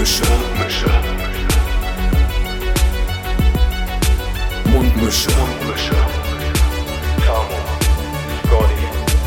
Mundmische. Tamo, Scotty.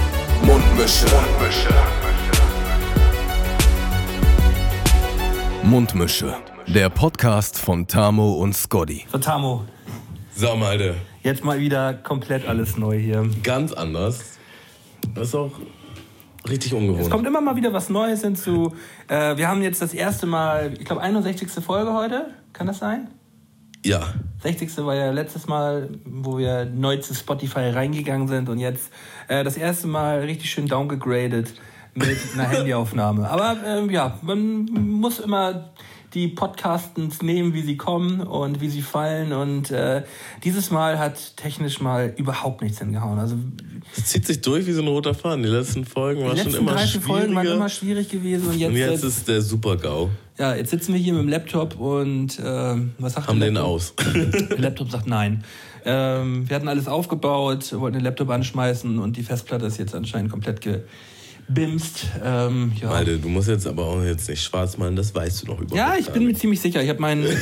Mundmische. Der Podcast von Tamo und Scotty. So, Tamo, Sag mal, Alter. jetzt mal wieder komplett alles neu hier. Ganz anders. Das ist auch richtig ungewohnt. Es kommt immer mal wieder was Neues hinzu. Wir haben jetzt das erste Mal, ich glaube, 61. Folge heute. Kann das sein? Ja. 60. war ja letztes Mal, wo wir neu zu Spotify reingegangen sind und jetzt das erste Mal richtig schön downgegradet mit einer Handyaufnahme. Aber ja, man muss immer die Podcastens nehmen, wie sie kommen und wie sie fallen. Und dieses Mal hat technisch mal überhaupt nichts hingehauen. Also Es zieht sich durch wie so ein roter Faden. Die letzten Folgen waren schon immer schwieriger. Die letzten 3 Folgen waren immer schwierig gewesen. Und jetzt ist der Super-GAU. Ja, jetzt sitzen wir hier mit dem Laptop und was sagt Haben der den Laptop? aus. Der Laptop sagt nein. Wir hatten alles aufgebaut, wollten den Laptop anschmeißen und die Festplatte ist jetzt anscheinend komplett gebimst. Ja. Alter, du musst jetzt aber auch jetzt nicht schwarz malen, das weißt du noch überhaupt. Ja, ich bin mir ziemlich sicher. Ich habe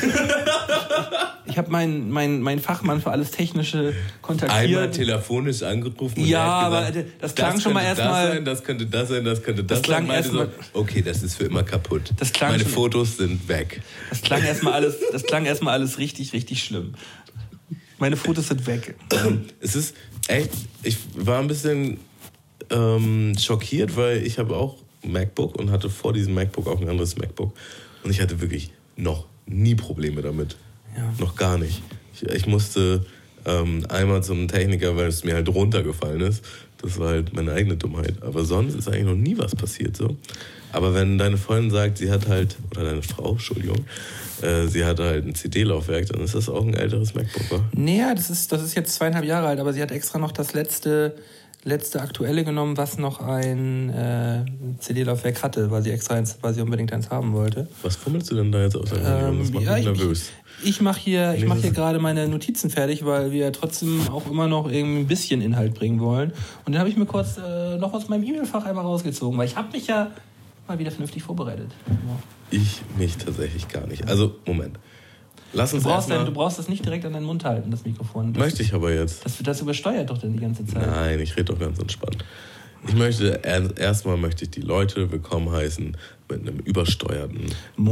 meinen Fachmann für alles Technische kontaktiert. Einmal telefonisch angerufen und ja, er hat gesagt, aber das klang schon mal erstmal. Das könnte das sein, das könnte das sein. So, okay, das ist für immer kaputt. Meine Fotos sind weg. Das klang erstmal alles richtig, richtig schlimm. Meine Fotos sind weg. Es ist echt, ich war ein bisschen schockiert, weil ich habe auch ein MacBook und hatte vor diesem MacBook auch ein anderes MacBook. Und ich hatte wirklich noch nie Probleme damit. Ja. Noch gar nicht. Ich musste einmal zum Techniker, weil es mir halt runtergefallen ist. Das war halt meine eigene Dummheit. Aber sonst ist eigentlich noch nie was passiert so. Aber wenn deine Freundin sagt, sie hat halt, oder deine Frau, Entschuldigung, sie hat halt ein CD-Laufwerk, dann ist das auch ein älteres MacBook, wa? Naja, das ist jetzt 2,5 Jahre alt, aber sie hat extra noch das letzte aktuelle genommen, was noch ein CD-Laufwerk hatte, weil sie unbedingt eins haben wollte. Was fummelst du denn da jetzt aus? Das macht mich nervös. Ich mache hier gerade meine Notizen fertig, weil wir trotzdem auch immer noch irgendwie ein bisschen Inhalt bringen wollen. Und dann habe ich mir kurz noch aus meinem E-Mail-Fach einmal rausgezogen, weil ich habe mich ja mal wieder vernünftig vorbereitet. Ja. Ich mich tatsächlich gar nicht. Also, Moment. Lass uns du brauchst das nicht direkt an deinen Mund halten, das Mikrofon. Möchte ich aber jetzt. Das übersteuert doch dann die ganze Zeit. Nein, ich rede doch ganz entspannt. Ich möchte die Leute willkommen heißen mit einem übersteuerten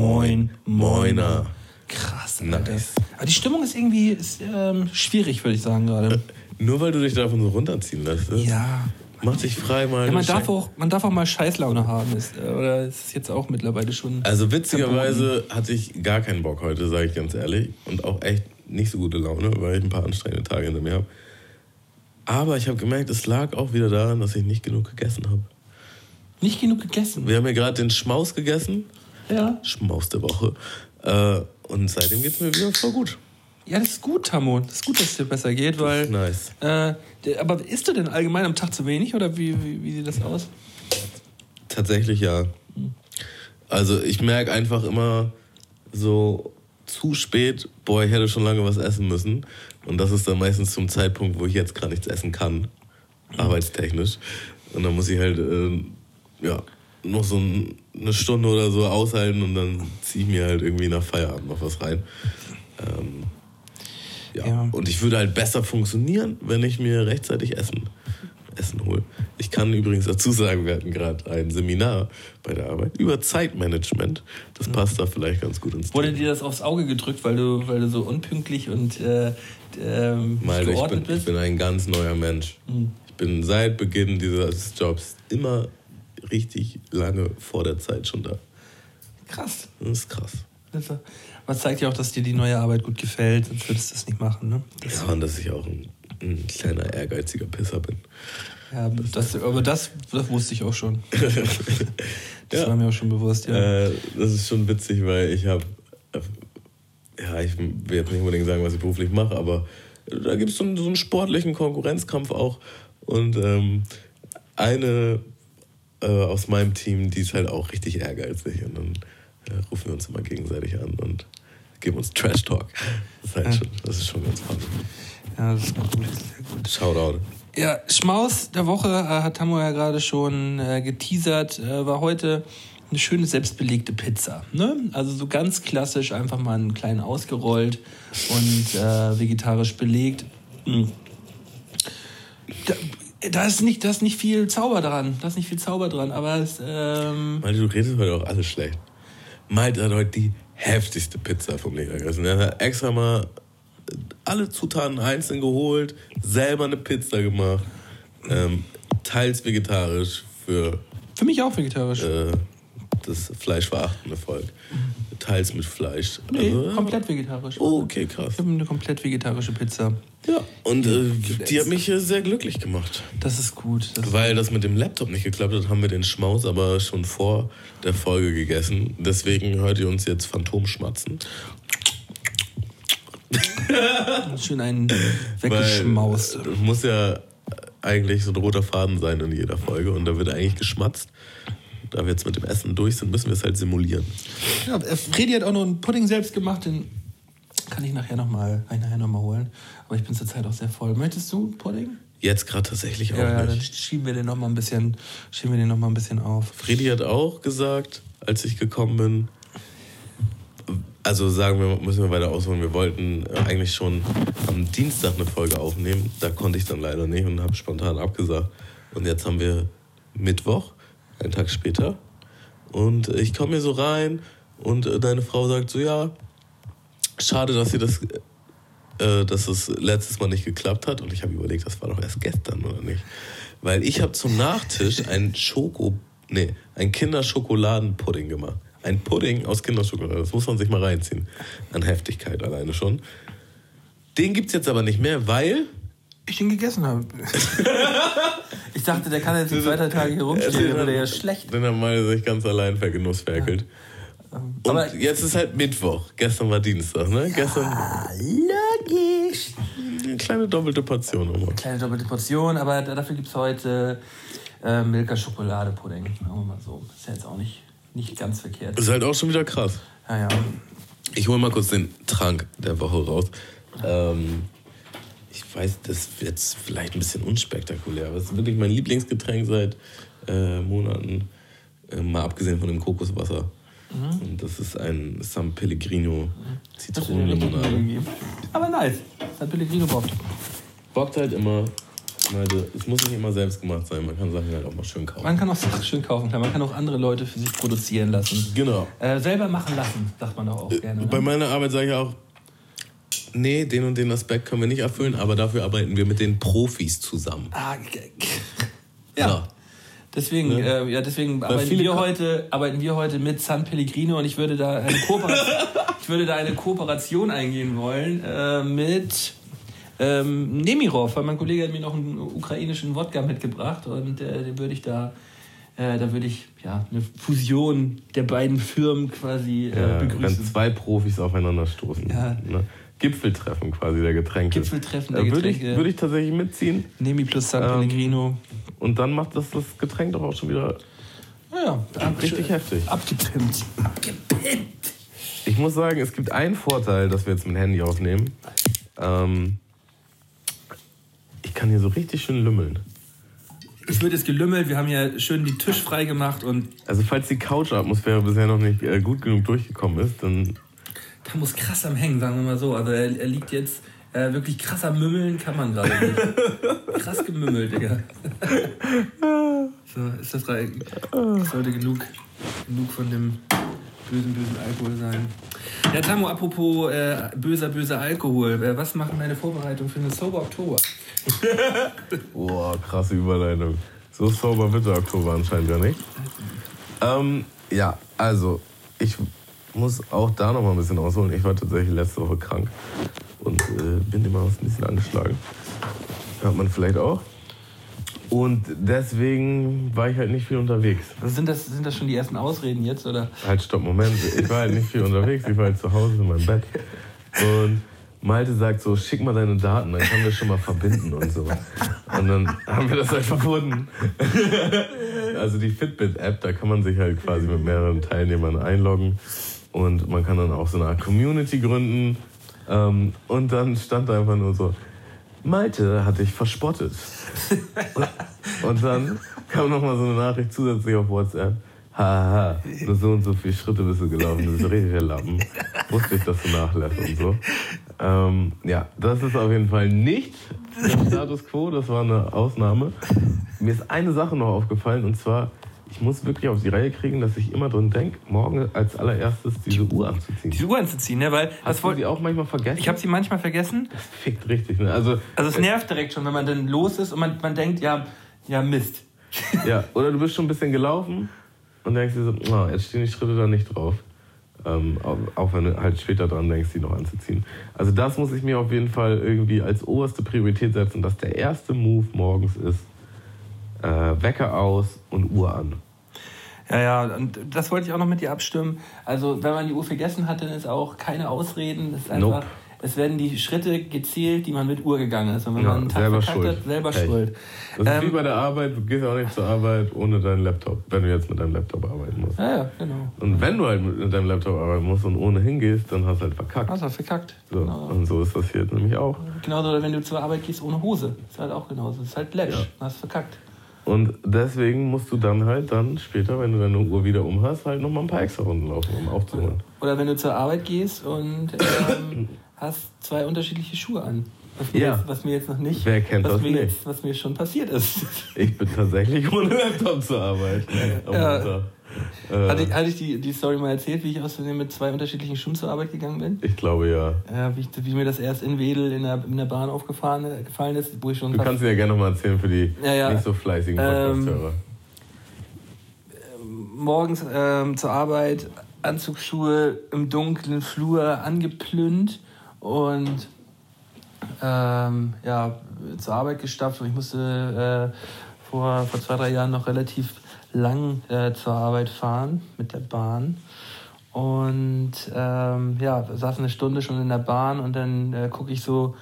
Moiner. Krass, Alter. Nice. Aber die Stimmung ist irgendwie schwierig, würde ich sagen gerade. Nur weil du dich davon so runterziehen lässt. Ja. Mach dich frei mal. Ja, man darf auch mal Scheißlaune haben. Oder ist es jetzt auch mittlerweile schon... Also witzigerweise hatte ich gar keinen Bock heute, sage ich ganz ehrlich. Und auch echt nicht so gute Laune, weil ich ein paar anstrengende Tage hinter mir habe. Aber ich habe gemerkt, es lag auch wieder daran, dass ich nicht genug gegessen habe. Nicht genug gegessen? Wir haben ja gerade den Schmaus gegessen. Ja. Schmaus der Woche. Und seitdem geht es mir wieder voll gut. Ja, das ist gut, Tamo. Das ist gut, dass es dir besser geht, weil... Nice. Aber isst du denn allgemein am Tag zu wenig oder wie sieht das aus? Tatsächlich ja. Also ich merke einfach immer so zu spät, ich hätte schon lange was essen müssen. Und das ist dann meistens zum Zeitpunkt, wo ich jetzt gerade nichts essen kann, arbeitstechnisch. Und dann muss ich halt noch so eine Stunde oder so aushalten und dann ziehe ich mir halt irgendwie nach Feierabend noch was rein. Ja. Und ich würde halt besser funktionieren, wenn ich mir rechtzeitig Essen hole. Ich kann übrigens dazu sagen, wir hatten gerade ein Seminar bei der Arbeit über Zeitmanagement. Das passt da vielleicht ganz gut ins Thema. Wurde dir das aufs Auge gedrückt, weil du so unpünktlich und geordnet bist? Ich bin ein ganz neuer Mensch. Ich bin seit Beginn dieses Jobs immer richtig lange vor der Zeit schon da. Krass. Das ist krass. Was zeigt ja auch, dass dir die neue Arbeit gut gefällt, sonst würdest du das nicht machen, ne? Ja, und dass ich auch ein kleiner, ehrgeiziger Pisser bin. Ja, aber das wusste ich auch schon. Das war mir auch schon bewusst, ja. Das ist schon witzig, weil ich habe, ich will jetzt nicht unbedingt sagen, was ich beruflich mache, aber da gibt es so einen sportlichen Konkurrenzkampf auch. Und eine aus meinem Team, die ist halt auch richtig ehrgeizig. Und dann rufen wir uns immer gegenseitig an und geben uns Trash-Talk. Das ist schon ganz fun. Ja, das ist gut. Sehr gut. Shoutout. Ja, Schmaus der Woche hat Tamo ja gerade schon geteasert, war heute eine schöne selbstbelegte Pizza. Ne? Also so ganz klassisch einfach mal einen kleinen ausgerollt und vegetarisch belegt. Da ist nicht viel Zauber dran. Aber es... Malte, du redest heute auch alles schlecht. Malte hat heute die heftigste Pizza vom Leben gegessen. Er hat extra mal alle Zutaten einzeln geholt, selber eine Pizza gemacht. Teils vegetarisch für mich auch vegetarisch. Das fleischverachtende Volk. Teils mit Fleisch. Nee, komplett vegetarisch. Oh, okay, krass. Ich habe eine komplett vegetarische Pizza. Ja, und die hat mich sehr glücklich gemacht. Das ist gut. Weil das mit dem Laptop nicht geklappt hat, haben wir den Schmaus aber schon vor der Folge gegessen. Deswegen hört ihr uns jetzt Phantomschmatzen. Schön einen weggeschmaust. Weil, muss ja eigentlich so ein roter Faden sein in jeder Folge und da wird eigentlich geschmatzt. Da wir jetzt mit dem Essen durch sind, müssen wir es halt simulieren. Ja, Fredi hat auch noch einen Pudding selbst gemacht, den kann ich nachher noch mal holen. Aber ich bin zurzeit auch sehr voll. Möchtest du Pudding? Jetzt gerade tatsächlich auch nicht. Ja, dann schieben wir den noch mal ein bisschen auf. Fredi hat auch gesagt, als ich gekommen bin, also müssen wir weiter ausholen, wir wollten eigentlich schon am Dienstag eine Folge aufnehmen. Da konnte ich dann leider nicht und habe spontan abgesagt. Und jetzt haben wir Mittwoch, einen Tag später. Und ich komme hier so rein und deine Frau sagt so, ja, schade, dass es letztes Mal nicht geklappt hat. Und ich habe überlegt, das war doch erst gestern, oder nicht? Weil ich habe zum Nachtisch einen Kinderschokoladenpudding gemacht. Ein Pudding aus Kinderschokolade, das muss man sich mal reinziehen. An Heftigkeit alleine schon. Den gibt's jetzt aber nicht mehr, weil ich ihn gegessen habe. Ich dachte, der kann jetzt 2-3 Tage hier rumstehen, dann würde er ja schlecht. Den haben meine sich ganz allein vergenussferkelt. Ja. Und jetzt ist halt Mittwoch. Gestern war Dienstag, ne? Ja, logisch. Eine kleine doppelte Portion. Aber dafür gibt es heute Milka Schokoladepudding. Machen wir mal so. Ist ja jetzt auch nicht ganz verkehrt. Ist halt auch schon wieder krass. Ja. Ich hole mal kurz den Trank der Woche raus. Ich weiß, das ist jetzt vielleicht ein bisschen unspektakulär, aber es ist wirklich mein Lieblingsgetränk seit Monaten, mal abgesehen von dem Kokoswasser. Mhm. Und das ist ein San Pellegrino Zitronenlimonade. Aber nice. San Pellegrino bockt halt immer. Es muss nicht immer selbst gemacht sein, man kann Sachen halt auch mal schön kaufen. Man kann auch Sachen schön kaufen, klar. Man kann auch andere Leute für sich produzieren lassen. Genau. Selber machen lassen, sagt man doch auch gerne. Bei meiner Arbeit sage ich auch, nee, den und den Aspekt können wir nicht erfüllen, aber dafür arbeiten wir mit den Profis zusammen. Ja. Deswegen arbeiten wir heute mit San Pellegrino und ich würde da eine Kooperation eingehen wollen mit Nemirov, weil mein Kollege hat mir noch einen ukrainischen Wodka mitgebracht und da würde ich eine Fusion der beiden Firmen quasi begrüßen. Wenn zwei Profis aufeinander stoßen. Ja. Ne? Gipfeltreffen quasi der Getränke. Würde ich tatsächlich mitziehen. Nemi plus San Pellegrino. Und dann macht das Getränk doch auch schon wieder richtig heftig. Abgepimpt. Ich muss sagen, es gibt einen Vorteil, dass wir jetzt mit dem Handy aufnehmen. Ich kann hier so richtig schön lümmeln. Es wird jetzt gelümmelt, wir haben hier schön den Tisch frei gemacht und... Also falls die Couch-Atmosphäre bisher noch nicht gut genug durchgekommen ist, dann... Da muss krass am Hängen, sagen wir mal so. Also er liegt jetzt wirklich krass am Mümmeln, kann man gerade nicht. Krass gemümmelt, Digga. So, ist das rein? Sollte genug von dem bösen Alkohol sein. Ja, Tamo, apropos böser Alkohol. Was machen deine Vorbereitungen für eine Sober Oktober? Boah, krasse Überleitung. So sober wird der Oktober anscheinend ja nicht. Ja, also, ich muss auch da noch mal ein bisschen ausholen. Ich war tatsächlich letzte Woche krank und bin immer ein bisschen angeschlagen. Hört man vielleicht auch. Und deswegen war ich halt nicht viel unterwegs. Sind das schon die ersten Ausreden jetzt, oder? Halt, stopp, Moment. Ich war halt nicht viel unterwegs. Ich war halt zu Hause in meinem Bett. Und Malte sagt so, schick mal deine Daten, dann können wir schon mal verbinden und so. Und dann haben wir das halt verbunden. Also die Fitbit-App, da kann man sich halt quasi mit mehreren Teilnehmern einloggen. Und man kann dann auch so eine Art Community gründen. Und dann stand da einfach nur so, Malte hat dich verspottet. Und dann kam nochmal so eine Nachricht zusätzlich auf WhatsApp. haha, nur so und so viele Schritte bist du gelaufen, das ist richtig Lappen. Wusste ich, dass du nachlässt und so. Ja, das ist auf jeden Fall nicht der Status Quo, das war eine Ausnahme. Mir ist eine Sache noch aufgefallen, und zwar, ich muss wirklich auf die Reihe kriegen, dass ich immer drin denke, morgen als allererstes diese Uhr anzuziehen. Diese Uhr anzuziehen, ne? Weil Hast du sie auch manchmal vergessen? Ich habe sie manchmal vergessen. Das fickt richtig, ne? Also es nervt direkt schon, wenn man dann los ist und man denkt, ja Mist. Ja, oder du bist schon ein bisschen gelaufen und denkst dir so, oh, jetzt stehen die Schritte da nicht drauf. Auch wenn du halt später dran denkst, die noch anzuziehen. Also das muss ich mir auf jeden Fall irgendwie als oberste Priorität setzen, dass der erste Move morgens ist, Wecker aus und Uhr an. Ja, und das wollte ich auch noch mit dir abstimmen. Also wenn man die Uhr vergessen hat, dann ist auch keine Ausreden. Es ist einfach, Es werden die Schritte gezählt, die man mit Uhr gegangen ist. Und wenn man einen Tag verkackt hat, selber schuld. Das ist wie bei der Arbeit, du gehst auch nicht zur Arbeit ohne deinen Laptop, wenn du jetzt mit deinem Laptop arbeiten musst. Ja, genau. Und wenn du halt mit deinem Laptop arbeiten musst und ohne hingehst, dann hast du halt verkackt. Hast du halt verkackt. So. Genau. Und so ist das hier jetzt nämlich auch. Genauso, wenn du zur Arbeit gehst ohne Hose. Ist halt auch genauso. Das ist halt läppisch. Ja. Dann hast du verkackt. Und deswegen musst du dann später, wenn du deine Uhr wieder um hast, halt nochmal ein paar extra Runden laufen, um aufzuholen. Oder wenn du zur Arbeit gehst und hast 2 unterschiedliche Schuhe an. Was mir jetzt noch nicht, Wer kennt das nicht? Was mir schon passiert ist. Ich bin tatsächlich ohne Laptop zur Arbeit. Hatte ich die Story mal erzählt, wie ich aus Versehen mit 2 unterschiedlichen Schuhen zur Arbeit gegangen bin? Ich glaube, ja. Ja, wie mir das erst in Wedel in der Bahn gefallen ist, wo ich schon... Du kannst dir ja gerne nochmal erzählen für die nicht so fleißigen Podcast-Hörer. Morgens zur Arbeit, Anzugsschuhe im dunklen Flur angeplünt und zur Arbeit gestapft. Und ich musste vor 2-3 Jahren noch relativ lang zur Arbeit fahren mit der Bahn. Und saß eine Stunde schon in der Bahn und dann gucke ich so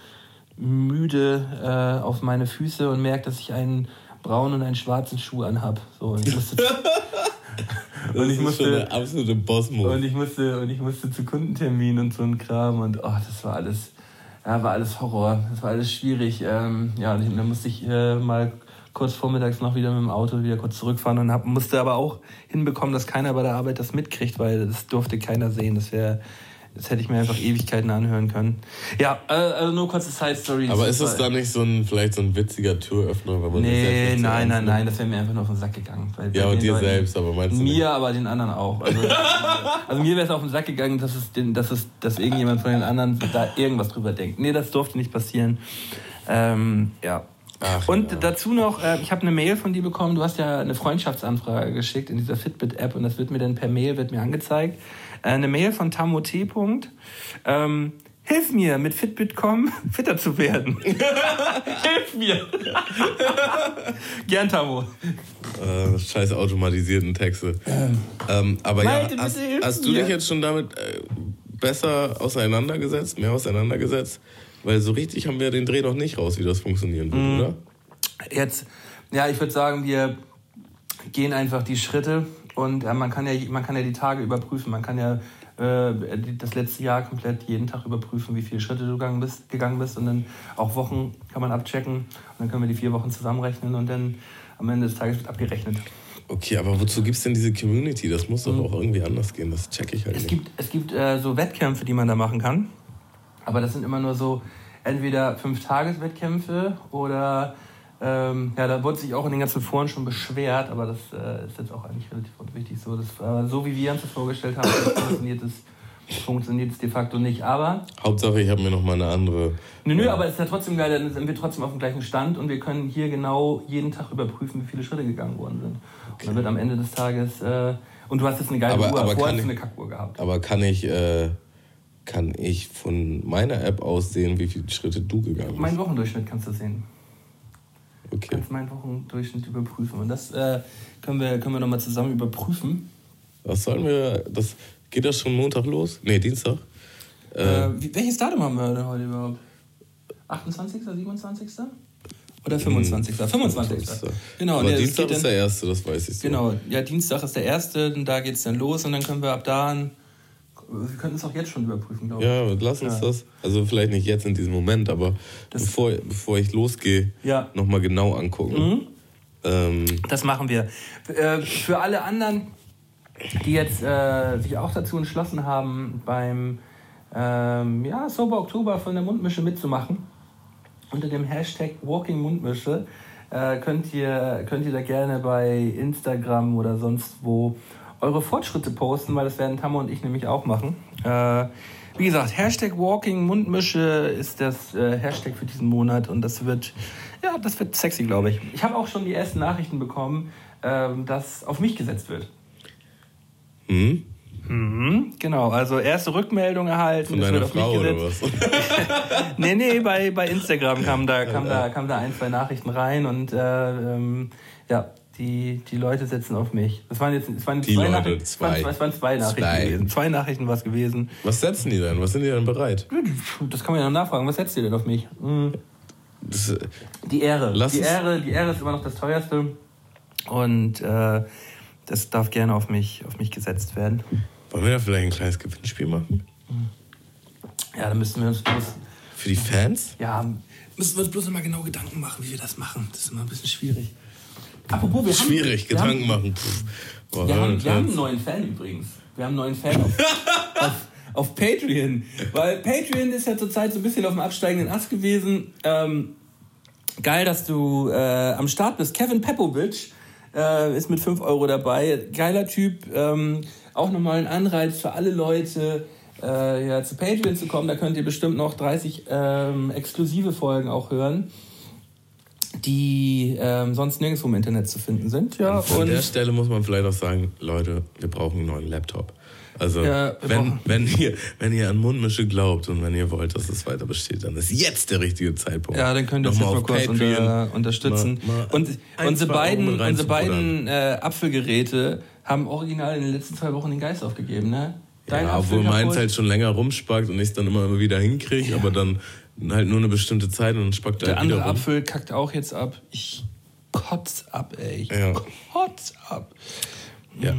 müde auf meine Füße und merke, dass ich einen braunen und einen schwarzen Schuh anhab. So, und ich musste das ist schon der absolute Boss-Move. Und ich musste zu Kundentermin und so ein Kram und das war alles Horror. Das war alles schwierig. Und dann musste ich mal kurz vormittags noch wieder mit dem Auto wieder kurz zurückfahren und musste aber auch hinbekommen, dass keiner bei der Arbeit das mitkriegt, weil das durfte keiner sehen. Das hätte ich mir einfach Ewigkeiten anhören können. Ja, also nur kurze Side-Story. Aber ist es da nicht vielleicht so ein witziger Türöffner? Wenn man nein, das wäre mir einfach nur auf den Sack gegangen. Ja, und dir selbst, aber meinst du mir, nicht? aber den anderen auch. Also mir wäre es auf den Sack gegangen, dass irgendjemand von den anderen da irgendwas drüber denkt. Nee, das durfte nicht passieren. Dazu noch, ich habe eine Mail von dir bekommen, du hast ja eine Freundschaftsanfrage geschickt in dieser Fitbit-App und das wird mir dann per Mail angezeigt. Eine Mail von Tamo T. Hilf mir, mit Fitbit.com fitter zu werden. Hilf mir. Gern, Tamo. Scheiß automatisierten Texte. Aber Malte, hast du dich jetzt schon damit mehr auseinandergesetzt? Weil so richtig haben wir den Dreh noch nicht raus, wie das funktionieren wird, oder? Jetzt, ich würde sagen, wir gehen einfach die Schritte und man kann ja die Tage überprüfen. Man kann ja das letzte Jahr komplett jeden Tag überprüfen, wie viele Schritte du gegangen bist und dann auch Wochen kann man abchecken und dann können wir die 4 Wochen zusammenrechnen und dann am Ende des Tages wird abgerechnet. Okay, aber wozu gibt es denn diese Community? Das muss doch auch irgendwie anders gehen, das check ich halt nicht. Es gibt so Wettkämpfe, die man da machen kann. Aber das sind immer nur so entweder 5-Tages-Wettkämpfe oder da wurde sich auch in den ganzen Foren schon beschwert, aber das ist jetzt auch eigentlich relativ unwichtig. So wie wir uns das vorgestellt haben, funktioniert es de facto nicht. Aber Hauptsache, ich habe mir noch mal eine andere... aber es ist ja trotzdem geil, dann sind wir trotzdem auf dem gleichen Stand und wir können hier genau jeden Tag überprüfen, wie viele Schritte gegangen worden sind. Okay. Und dann wird am Ende des Tages... und du hast jetzt eine geile Uhr, vorher hast du eine Kackuhr gehabt. Aber kann ich von meiner App aus sehen, wie viele Schritte du gegangen bist? Meinen Wochendurchschnitt kannst du sehen. Okay. Du kannst meinen Wochendurchschnitt überprüfen. Und das können wir nochmal zusammen überprüfen. Was sollen wir... Geht das schon Montag los? Nee, Dienstag. Welches Datum haben wir denn heute überhaupt? 28., 27.? Oder 25.? 25. Genau. Aber Dienstag ist der erste, das weiß ich so. Genau, ja, Dienstag ist der erste, und da geht es dann los und dann können wir ab da... Wir könnten es auch jetzt schon überprüfen, glaube ich. Ja, lass uns das. Also vielleicht nicht jetzt in diesem Moment, aber bevor ich losgehe, nochmal genau angucken. Das machen wir. Für alle anderen, die jetzt sich auch dazu entschlossen haben, beim Sober Oktober von der Mundmische mitzumachen. Unter dem Hashtag Walking Mundmische könnt ihr da gerne bei Instagram oder sonst wo eure Fortschritte posten, weil das werden Tammo und ich nämlich auch machen. Wie gesagt, Hashtag Walking Mundmische ist das Hashtag für diesen Monat und das wird sexy, glaube ich. Ich habe auch schon die ersten Nachrichten bekommen, dass auf mich gesetzt wird. Genau, also erste Rückmeldung erhalten. Von deiner Frau oder was? nee, bei Instagram kam da 1, 2 Nachrichten rein und die Leute setzen auf mich. Es waren zwei Nachrichten gewesen. 2 Nachrichten war es gewesen. Was setzen die denn? Was sind die denn bereit? Das kann man ja noch nachfragen. Was setzt ihr denn auf mich? Die Ehre. Die Ehre ist immer noch das Teuerste und das darf gerne auf mich gesetzt werden. Wollen wir da vielleicht ein kleines Gewinnspiel machen? Ja, dann müssten wir uns bloß... Für die Fans? Ja, müssen wir uns bloß immer genau Gedanken machen, wie wir das machen. Das ist immer ein bisschen schwierig. Apropos, Gedanken machen. Wir haben einen neuen Fan übrigens. Wir haben einen neuen Fan auf Patreon. Weil Patreon ist ja zurzeit so ein bisschen auf dem absteigenden Ast gewesen. Geil, dass du am Start bist. Kevin Pepovic ist mit 5 € dabei. Geiler Typ. Auch nochmal ein Anreiz für alle Leute, zu Patreon zu kommen. Da könnt ihr bestimmt noch 30 exklusive Folgen auch hören, die sonst nirgendwo im Internet zu finden sind. Ja, an der Stelle muss man vielleicht auch sagen, Leute, wir brauchen einen neuen Laptop. Also wenn ihr an Mundmische glaubt und wenn ihr wollt, dass es weiter besteht, dann ist jetzt der richtige Zeitpunkt. Ja, dann könnt ihr uns jetzt mal kurz unterstützen. Und unsere beiden Apfelgeräte haben original in den letzten 2 Wochen den Geist aufgegeben, ne? Obwohl meins halt schon länger rumspackt und ich es dann immer wieder hinkriege, aber dann halt nur eine bestimmte Zeit und dann spackt er halt wieder rum. Der andere Apfel kackt auch jetzt ab. Ich kotz ab, ey. Kotz ab. Ja.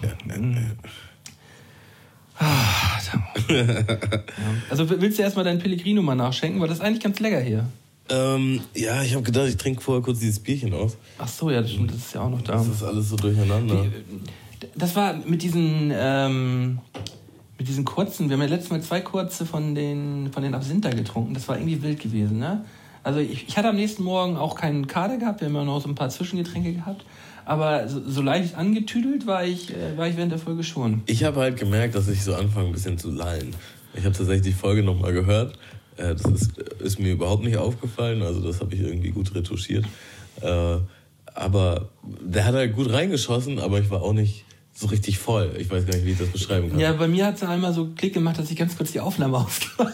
Also willst du erstmal deinen Pellegrino mal nachschenken? Weil das ist eigentlich ganz lecker hier. Ich habe gedacht, ich trinke vorher kurz dieses Bierchen aus. Ach so, ja, das stimmt, das ist ja auch noch da. Das ist alles so durcheinander. Das war mit diesen kurzen, wir haben ja letztes Mal 2 kurze von den Absintha getrunken. Das war irgendwie wild gewesen, ne? Also ich hatte am nächsten Morgen auch keinen Kater gehabt, wir haben ja noch so ein paar Zwischengetränke gehabt. Aber so leicht angetüdelt war ich während der Folge schon. Ich habe halt gemerkt, dass ich so anfange, ein bisschen zu lallen. Ich habe tatsächlich die Folge nochmal gehört. Das ist mir überhaupt nicht aufgefallen, also das habe ich irgendwie gut retuschiert. Aber der hat halt gut reingeschossen, aber ich war auch nicht so richtig voll. Ich weiß gar nicht, wie ich das beschreiben kann. Ja, bei mir hat es einmal so Klick gemacht, dass ich ganz kurz die Aufnahme ausgemacht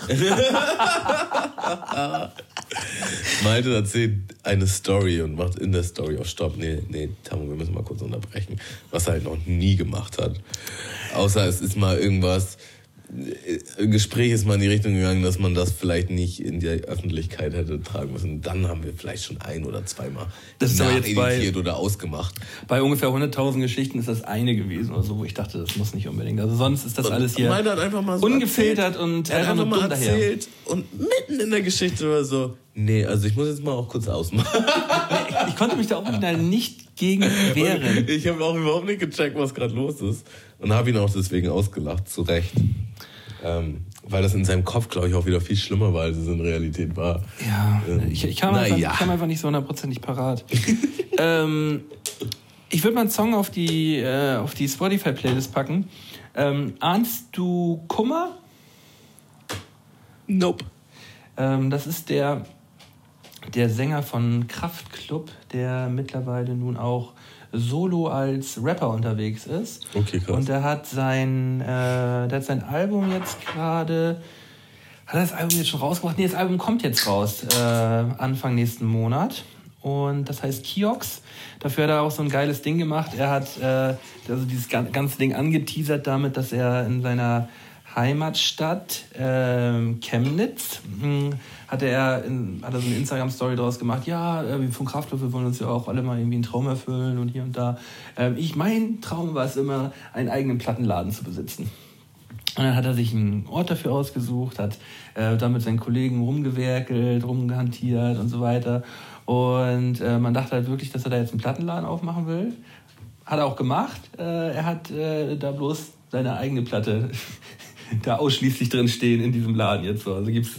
habe. Malte erzählt eine Story und macht in der Story auf Stopp. Nee, Tammo, wir müssen mal kurz unterbrechen. Was er halt noch nie gemacht hat. Außer es ist mal irgendwas... Gespräch ist mal in die Richtung gegangen, dass man das vielleicht nicht in die Öffentlichkeit hätte tragen müssen. Dann haben wir vielleicht schon 1 oder 2 Mal editiert oder ausgemacht. Bei ungefähr 100.000 Geschichten ist das eine gewesen oder so, wo ich dachte, das muss nicht unbedingt. Also sonst ist das alles hier so ungefiltert und einfach nur dumm erzählt und mitten in der Geschichte oder so. Nee, also ich muss jetzt mal auch kurz ausmachen. Ich konnte mich da original nicht gegen wehren. Und ich habe auch überhaupt nicht gecheckt, was gerade los ist. Und habe ihn auch deswegen ausgelacht, zu Recht. Weil das in seinem Kopf, glaube ich, auch wieder viel schlimmer war, als es in Realität war. Ja, ich kam einfach nicht so 100% parat. Ich würde mal einen Song auf die Spotify-Playlist packen. Ahnst du Kummer? Nope. Das ist der Sänger von Kraftklub, der mittlerweile nun auch solo als Rapper unterwegs ist. Okay, krass. Und der hat sein Album jetzt gerade... Hat er das Album jetzt schon rausgebracht? Nee, das Album kommt jetzt raus, Anfang nächsten Monat. Und das heißt Kiox. Dafür hat er auch so ein geiles Ding gemacht. Er hat dieses ganze Ding angeteasert damit, dass er in seiner Heimatstadt Chemnitz hat er so eine Instagram-Story draus gemacht. Ja, vom Kraftklub, wir wollen uns ja auch alle mal irgendwie einen Traum erfüllen und hier und da. Mein Traum war es immer, einen eigenen Plattenladen zu besitzen. Und dann hat er sich einen Ort dafür ausgesucht, hat da mit seinen Kollegen rumgewerkelt, rumgehantiert und so weiter. Und man dachte halt wirklich, dass er da jetzt einen Plattenladen aufmachen will. hat er auch gemacht. Er hat da bloß seine eigene Platte da ausschließlich drin stehen in diesem Laden jetzt so. Also gibt's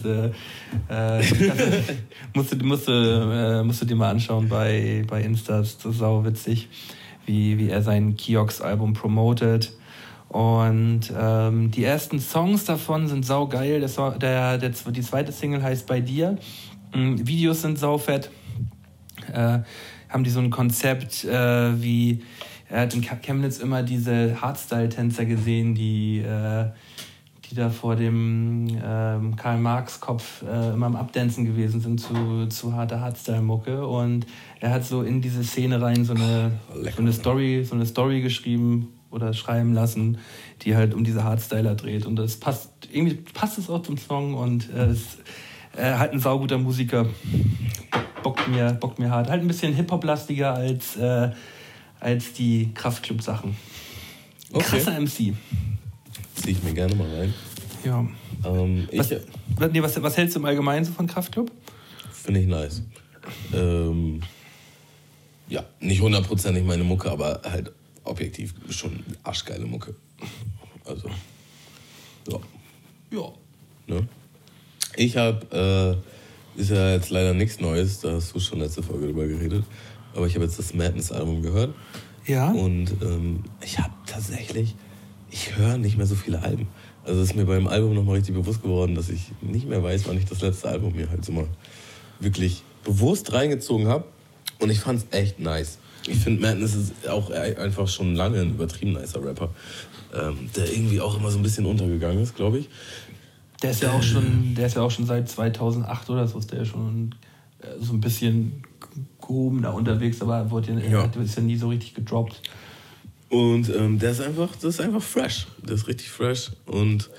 musst du dir mal anschauen bei Insta, das ist sau witzig, wie er sein Kiox-Album promotet. Und die ersten Songs davon sind saugeil. Die zweite Single heißt Bei dir. Videos sind saufett. Haben die so ein Konzept wie, er hat in Chemnitz immer diese Hardstyle-Tänzer gesehen, die da vor dem Karl-Marx-Kopf immer am Abdancen gewesen sind zu harter Hardstyle-Mucke. Und er hat so in diese Szene rein so eine Story geschrieben oder schreiben lassen, die halt um diese Hardstyler dreht. Und das passt es auch zum Song und halt ein sauguter Musiker. Bockt mir hart. Halt ein bisschen Hip-Hop-lastiger als die Kraftclub-Sachen. Okay. Krasser MC. Zieh ich mir gerne mal rein. Ja. Was hältst du im Allgemeinen so von Kraftclub? Finde ich nice. Ja, nicht 100% meine Mucke, aber halt objektiv schon arschgeile Mucke. Also, ja. Ja. Ne? Ich habe, ist ja jetzt leider nichts Neues, da hast du schon letzte Folge drüber geredet, aber ich habe jetzt das Madness-Album gehört. Ja. Und ich habe tatsächlich, ich höre nicht mehr so viele Alben. Also es ist mir beim Album nochmal richtig bewusst geworden, dass ich nicht mehr weiß, wann ich das letzte Album mir halt so mal wirklich bewusst reingezogen habe. Und ich fand es echt nice. Ich finde, Madness ist auch einfach schon lange ein übertrieben nicer Rapper, der irgendwie auch immer so ein bisschen untergegangen ist, glaube ich. Der ist ja auch schon seit 2008 oder so, ist der schon so ein bisschen gehoben da unterwegs, aber ist ja nie so richtig gedroppt. Und das ist einfach fresh. Der ist richtig fresh. Und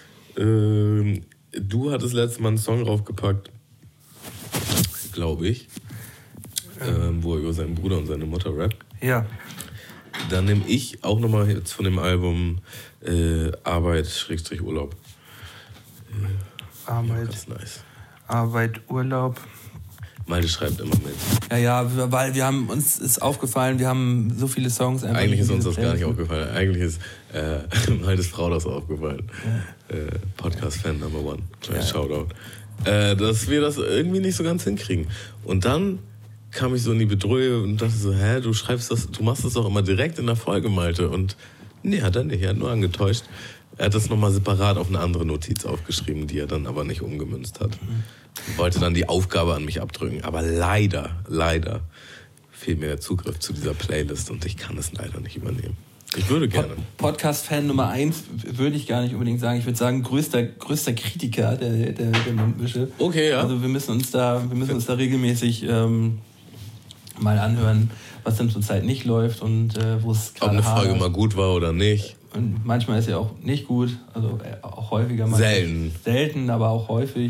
du hattest letztes Mal einen Song draufgepackt, glaube ich, wo er über seinen Bruder und seine Mutter rappt. Ja. Dann nehme ich auch nochmal jetzt von dem Album Arbeit/Urlaub. Arbeit. Ja, ganz nice. Arbeit, Urlaub. Malte schreibt immer mit. Ja, weil uns ist aufgefallen, wir haben so viele Songs. Eigentlich ist uns das gar nicht aufgefallen. Eigentlich ist Maltes Frau das aufgefallen. Ja. Podcast-Fan Number 1. Kleines Shoutout. Dass wir das irgendwie nicht so ganz hinkriegen. Und dann kam ich so in die Bedrohung und dachte so, du machst das doch immer direkt in der Folge, Malte. Und nee, hat er nicht. Er hat nur angetäuscht. Er hat das nochmal separat auf eine andere Notiz aufgeschrieben, die er dann aber nicht umgemünzt hat. Wollte dann die Aufgabe an mich abdrücken. Aber leider fehlt mir der Zugriff zu dieser Playlist und ich kann es leider nicht übernehmen. Ich würde gerne. Podcast-Fan Nummer 1 würde ich gar nicht unbedingt sagen. Ich würde sagen, größter Kritiker der Mundmische. Okay, ja. Also wir müssen uns da regelmäßig mal anhören, was denn zurzeit nicht läuft und wo es gerade ob eine Folge mal gut war oder nicht. Und manchmal ist sie auch nicht gut, also auch häufiger mal. Selten, aber auch häufig.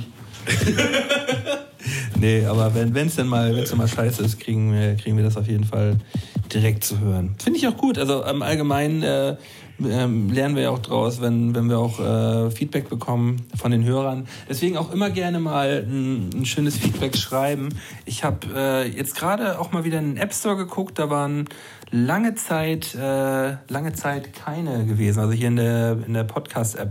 Nee, aber wenn es denn mal scheiße ist, kriegen wir das auf jeden Fall direkt zu hören. Finde ich auch gut. Also im Allgemeinen lernen wir ja auch draus, wenn wir auch Feedback bekommen von den Hörern. Deswegen auch immer gerne mal ein schönes Feedback schreiben. Ich habe jetzt gerade auch mal wieder in den App Store geguckt, da waren lange Zeit keine gewesen. Also hier in der Podcast-App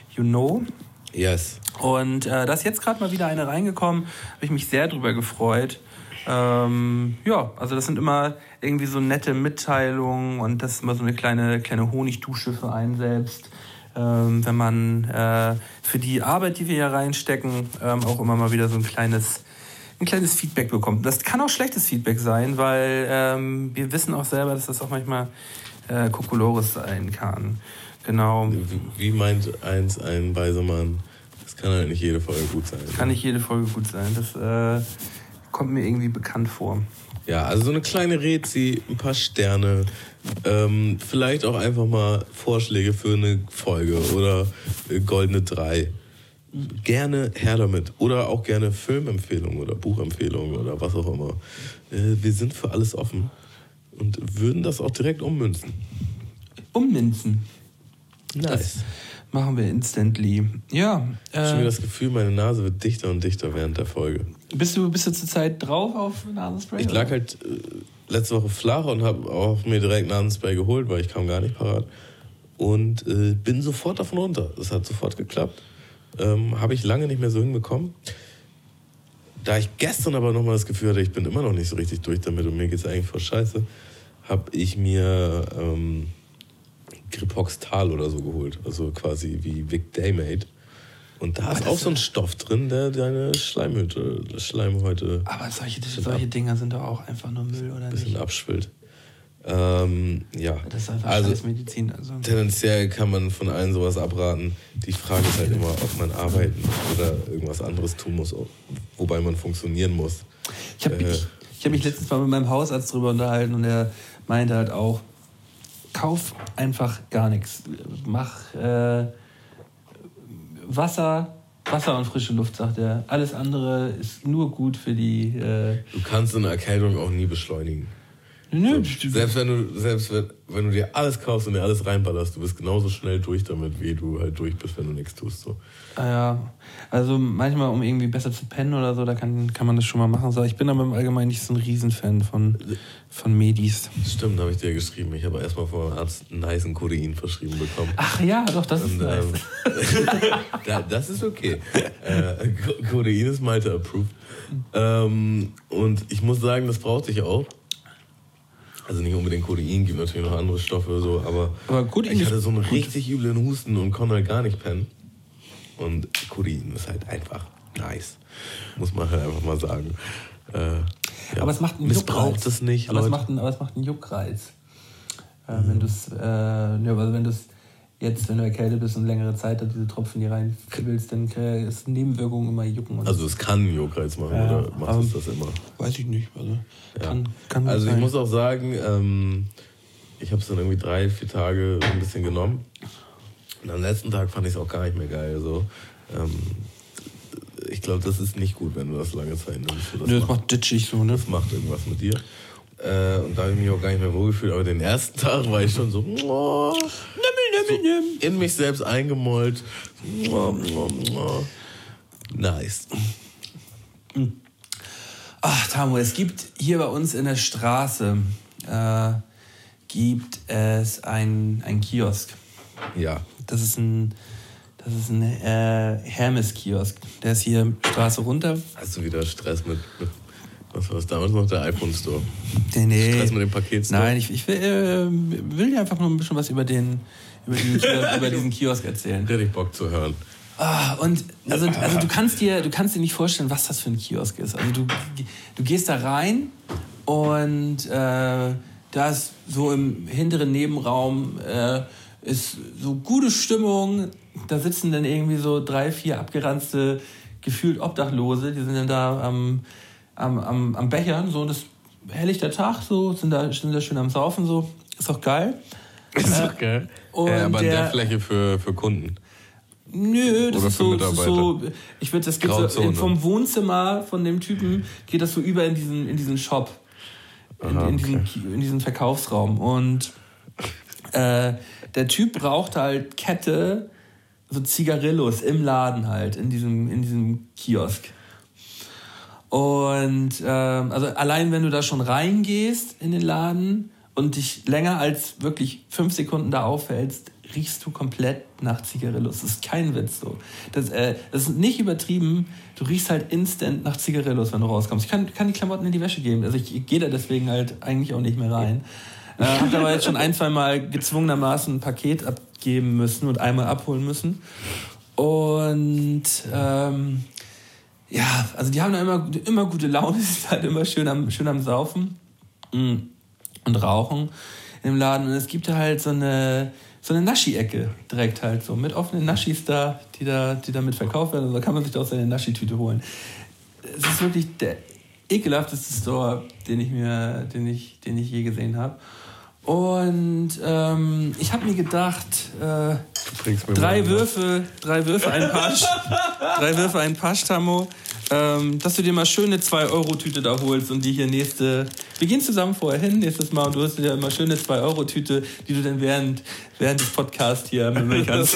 Yes. Und da ist jetzt gerade mal wieder eine reingekommen, habe ich mich sehr drüber gefreut. Also das sind immer irgendwie so nette Mitteilungen und das ist immer so eine kleine Honigdusche für einen selbst. Wenn man für die Arbeit, die wir hier reinstecken, auch immer mal wieder so ein kleines Feedback bekommt. Das kann auch schlechtes Feedback sein, weil wir wissen auch selber, dass das auch manchmal Kokolores sein kann. Genau. Wie meint ein weiser Mann? Das kann halt nicht jede Folge gut sein. Kann nicht jede Folge gut sein. Das kommt mir irgendwie bekannt vor. Ja, also so eine kleine Rezi, ein paar Sterne, vielleicht auch einfach mal Vorschläge für eine Folge oder goldene 3. Gerne her damit. Oder auch gerne Filmempfehlungen oder Buchempfehlungen oder was auch immer. Wir sind für alles offen und würden das auch direkt ummünzen. Umminzen? Nice. Das machen wir instantly. Ja. Ich habe schon das Gefühl, meine Nase wird dichter und dichter während der Folge. Bist du zurzeit drauf auf Nasenspray? Ich lag halt letzte Woche flach und habe auch mir direkt Nasenspray geholt, weil ich kam gar nicht parat. Und bin sofort davon runter. Es hat sofort geklappt. Habe ich lange nicht mehr so hinbekommen. Da ich gestern aber nochmal das Gefühl hatte, ich bin immer noch nicht so richtig durch damit und mir geht es eigentlich voll scheiße, habe ich mir Gripoxtal oder so geholt. Also quasi wie Vic Daymate. Und da ist auch so ein Stoff drin, der deine Schleimhäute... Aber solche Dinger sind doch auch einfach nur Müll, oder nicht? Ein bisschen abschwillt. Ja. Das ist einfach also, scheiß Medizin. Also. Tendenziell kann man von allen sowas abraten. Die Frage ist halt immer, ob man arbeiten oder irgendwas anderes tun muss, wobei man funktionieren muss. Ich hab mich letztens mal mit meinem Hausarzt drüber unterhalten und er meinte halt auch, kauf einfach gar nichts. Mach Wasser und frische Luft, sagt er. Alles andere ist nur gut für die... Du kannst eine Erkältung auch nie beschleunigen. Nö. So, selbst wenn du dir alles kaufst und dir alles reinballerst, du bist genauso schnell durch damit, wie du halt durch bist, wenn du nichts tust. So. Ja, also manchmal, um irgendwie besser zu pennen oder so, da kann man das schon mal machen. So, ich bin aber im Allgemeinen nicht so ein Riesenfan von Medis. Stimmt, habe ich dir geschrieben. Ich habe erstmal vom Arzt einen nicen Kodein verschrieben bekommen. Ach ja, doch, das ist nice. Das ist okay. Kodein ist Malte approved. Und ich muss sagen, das brauchte ich auch. Also nicht unbedingt Kodein, gibt natürlich noch andere Stoffe, so, aber ich hatte so einen richtig üblen Husten und konnte halt gar nicht pennen. Und Kodein ist halt einfach nice. Muss man halt einfach mal sagen. Ja. Aber es macht einen Missbraucht Juckreiz. es nicht, aber Leute. es macht einen Juckreiz. Wenn du es jetzt, wenn du erkältet bist und längere Zeit diese Tropfen hier rein willst, dann ist Nebenwirkungen immer jucken. Also es kann einen Juckreiz machen, oder macht es das immer? Weiß ich nicht. Also, kann also sein. ich muss auch sagen, ich habe es dann irgendwie 3-4 Tage so ein bisschen genommen. Und am letzten Tag fand ich es auch gar nicht mehr geil. So. Ich glaube, das ist nicht gut, wenn du das lange Zeit nimmst. Das macht ditchig so, ne? Das macht irgendwas mit dir. Und da habe ich mich auch gar nicht mehr wohlgefühlt. Aber den ersten Tag war ich schon so, so in mich selbst eingemollt. Nice. Ach, Tamu, es gibt hier bei uns in der Straße gibt es einen Kiosk. Ja. Das ist ein Hermes-Kiosk. Der ist hier Straße runter. Hast du wieder Stress mit was war das damals noch, der iPhone Store? Nee. Stress mit dem Paketstore? Nein, ich will dir einfach nur ein bisschen was über diesen Kiosk erzählen. Richtig Bock zu hören. Und also du kannst dir nicht vorstellen, was das für ein Kiosk ist. Also du gehst da rein und da ist so im hinteren Nebenraum ist so gute Stimmung. Da sitzen dann irgendwie so 3-4 abgeranzte, gefühlt Obdachlose. Die sind dann da am Bechern, so, das helllichter Tag, so, sind da schön am Saufen, so, ist auch geil. Ist doch geil. Aber in der Fläche für Kunden? Nö, das oder ist für so, Mitarbeiter? Das geht so, vom Wohnzimmer von dem Typen geht das so über in diesen Shop, in diesen Verkaufsraum. Und der Typ braucht halt Kette, so Zigarillos im Laden halt, in diesem Kiosk. Und also allein wenn du da schon reingehst in den Laden und dich länger als wirklich 5 Sekunden da aufhältst, riechst du komplett nach Zigarillos. Das ist kein Witz so. Das ist nicht übertrieben. Du riechst halt instant nach Zigarillos, wenn du rauskommst. Ich kann die Klamotten in die Wäsche geben. Also ich gehe da deswegen halt eigentlich auch nicht mehr rein. Hab aber jetzt schon 1-2 Mal gezwungenermaßen ein Paket abgeben müssen und einmal abholen müssen. Und ja, also die haben da immer gute Laune, die sind halt immer schön am Saufen und Rauchen im Laden. Und es gibt da halt so eine Naschi-Ecke direkt halt so, mit offenen Naschis da, die da mit verkauft werden. Also da kann man sich da auch seine Naschi-Tüte holen. Es ist wirklich der ekelhafteste Store, den ich je gesehen habe. Und ich habe mir gedacht, 3 Würfe, ein Pasch, Tammo, dass du dir mal schöne 2-Euro-Tüte da holst und die hier wir gehen zusammen vorher hin, nächstes Mal, und du hast dir immer schöne 2-Euro-Tüte, die du dann während des Podcasts hier mitnehmen kannst.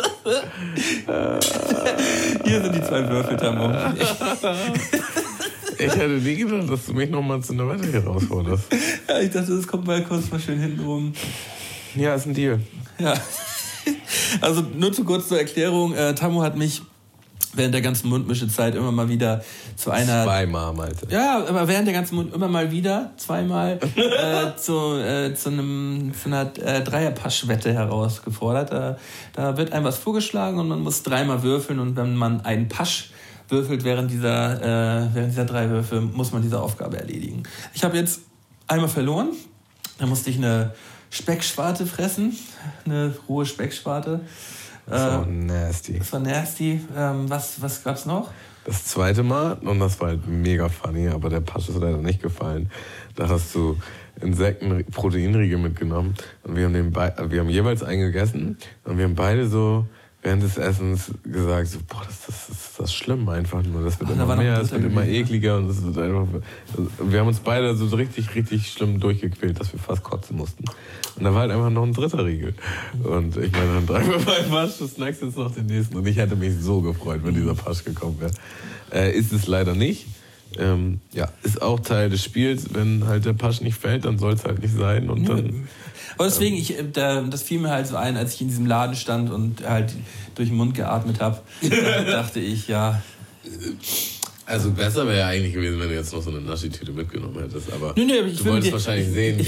Hier sind die 2 Würfel, Tammo. Ich hätte nie gedacht, dass du mich nochmal zu einer Wette herausforderst. Ja, ich dachte, das kommt mal kurz mal schön hinten rum. Ja, ist ein Deal. Ja. Also nur zu kurz zur Erklärung. Tammo hat mich während der ganzen Mundmischezeit immer mal wieder zu einer... Zweimal, Malte. Ja, aber während der ganzen immer mal wieder, zweimal, zu einer Dreierpasch-Wette herausgefordert. Da wird einem was vorgeschlagen und man muss 3-mal würfeln und wenn man einen Pasch würfelt während dieser 3 Würfe, muss man diese Aufgabe erledigen. Ich habe jetzt einmal verloren, da musste ich eine Speckschwarte fressen, eine rohe Speckschwarte. Das war nasty. Das war nasty. Was gab's noch? Das zweite Mal, und das war halt mega funny, aber der Pasch ist leider nicht gefallen. Da hast du Insekten-Proteinriegel mitgenommen und wir haben jeweils einen gegessen und wir haben beide so während des Essens gesagt, so, boah, das ist schlimm einfach nur. Das wird immer mehr, es wird immer ekliger und es wird einfach. Wir haben uns beide so richtig, richtig schlimm durchgequält, dass wir fast kotzen mussten. Und da war halt einfach noch ein dritter Riegel. Und ich meine, dann 3 bei Pasch, du snackst jetzt noch den nächsten. Und ich hätte mich so gefreut, wenn dieser Pasch gekommen wäre. Ist es leider nicht. Ja, ist auch Teil des Spiels. Wenn halt der Pasch nicht fällt, dann soll es halt nicht sein. Und dann. Aber deswegen, das fiel mir halt so ein, als ich in diesem Laden stand und halt durch den Mund geatmet habe, dachte ich, ja. Also besser wäre ja eigentlich gewesen, wenn du jetzt noch so eine Naschi-Tüte mitgenommen hättest. Aber aber du wolltest wahrscheinlich sehen,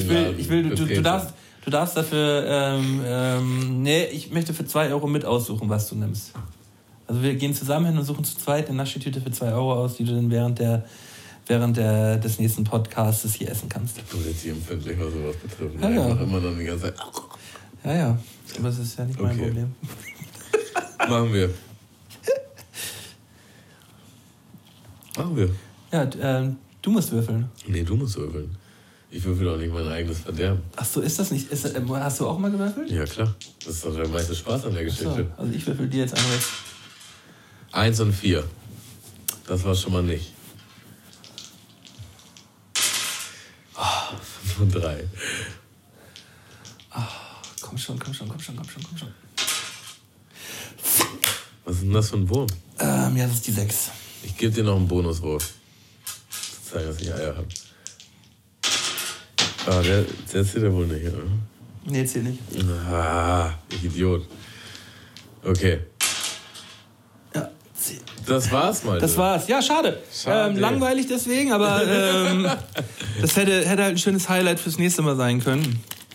du darfst dafür, ich möchte für 2 Euro mit aussuchen, was du nimmst. Also wir gehen zusammen hin und suchen zu zweit eine Naschi-Tüte für 2 Euro aus, die du dann während des nächsten Podcasts hier essen kannst. Du bist jetzt hier empfindlich, was sowas betrifft. Ja, ja. Immer dann die ganze Zeit. Ja. Aber das ist ja nicht mein Problem. Machen wir. Ja, du musst würfeln. Nee, du musst würfeln. Ich würfel doch nicht mein eigenes Verderben. Ach so, ist das nicht? Hast du auch mal gewürfelt? Ja, klar. Das ist doch der meiste Spaß an der Geschichte. So, also ich würfel dir jetzt einmal. 1 und 4. Das war schon mal nicht. 5 und 3. Komm schon. Was ist denn das für ein Wurm? Ja, das ist die 6. Ich gebe dir noch einen Bonuswurf. Zu zeigen, dass ich Eier habe. Der zählt ja wohl nicht, oder? Nee, zählt nicht. Ich Idiot. Okay. Ja, das war's mal. Das war's. Ja, schade. Langweilig deswegen, aber das hätte halt ein schönes Highlight fürs nächste Mal sein können.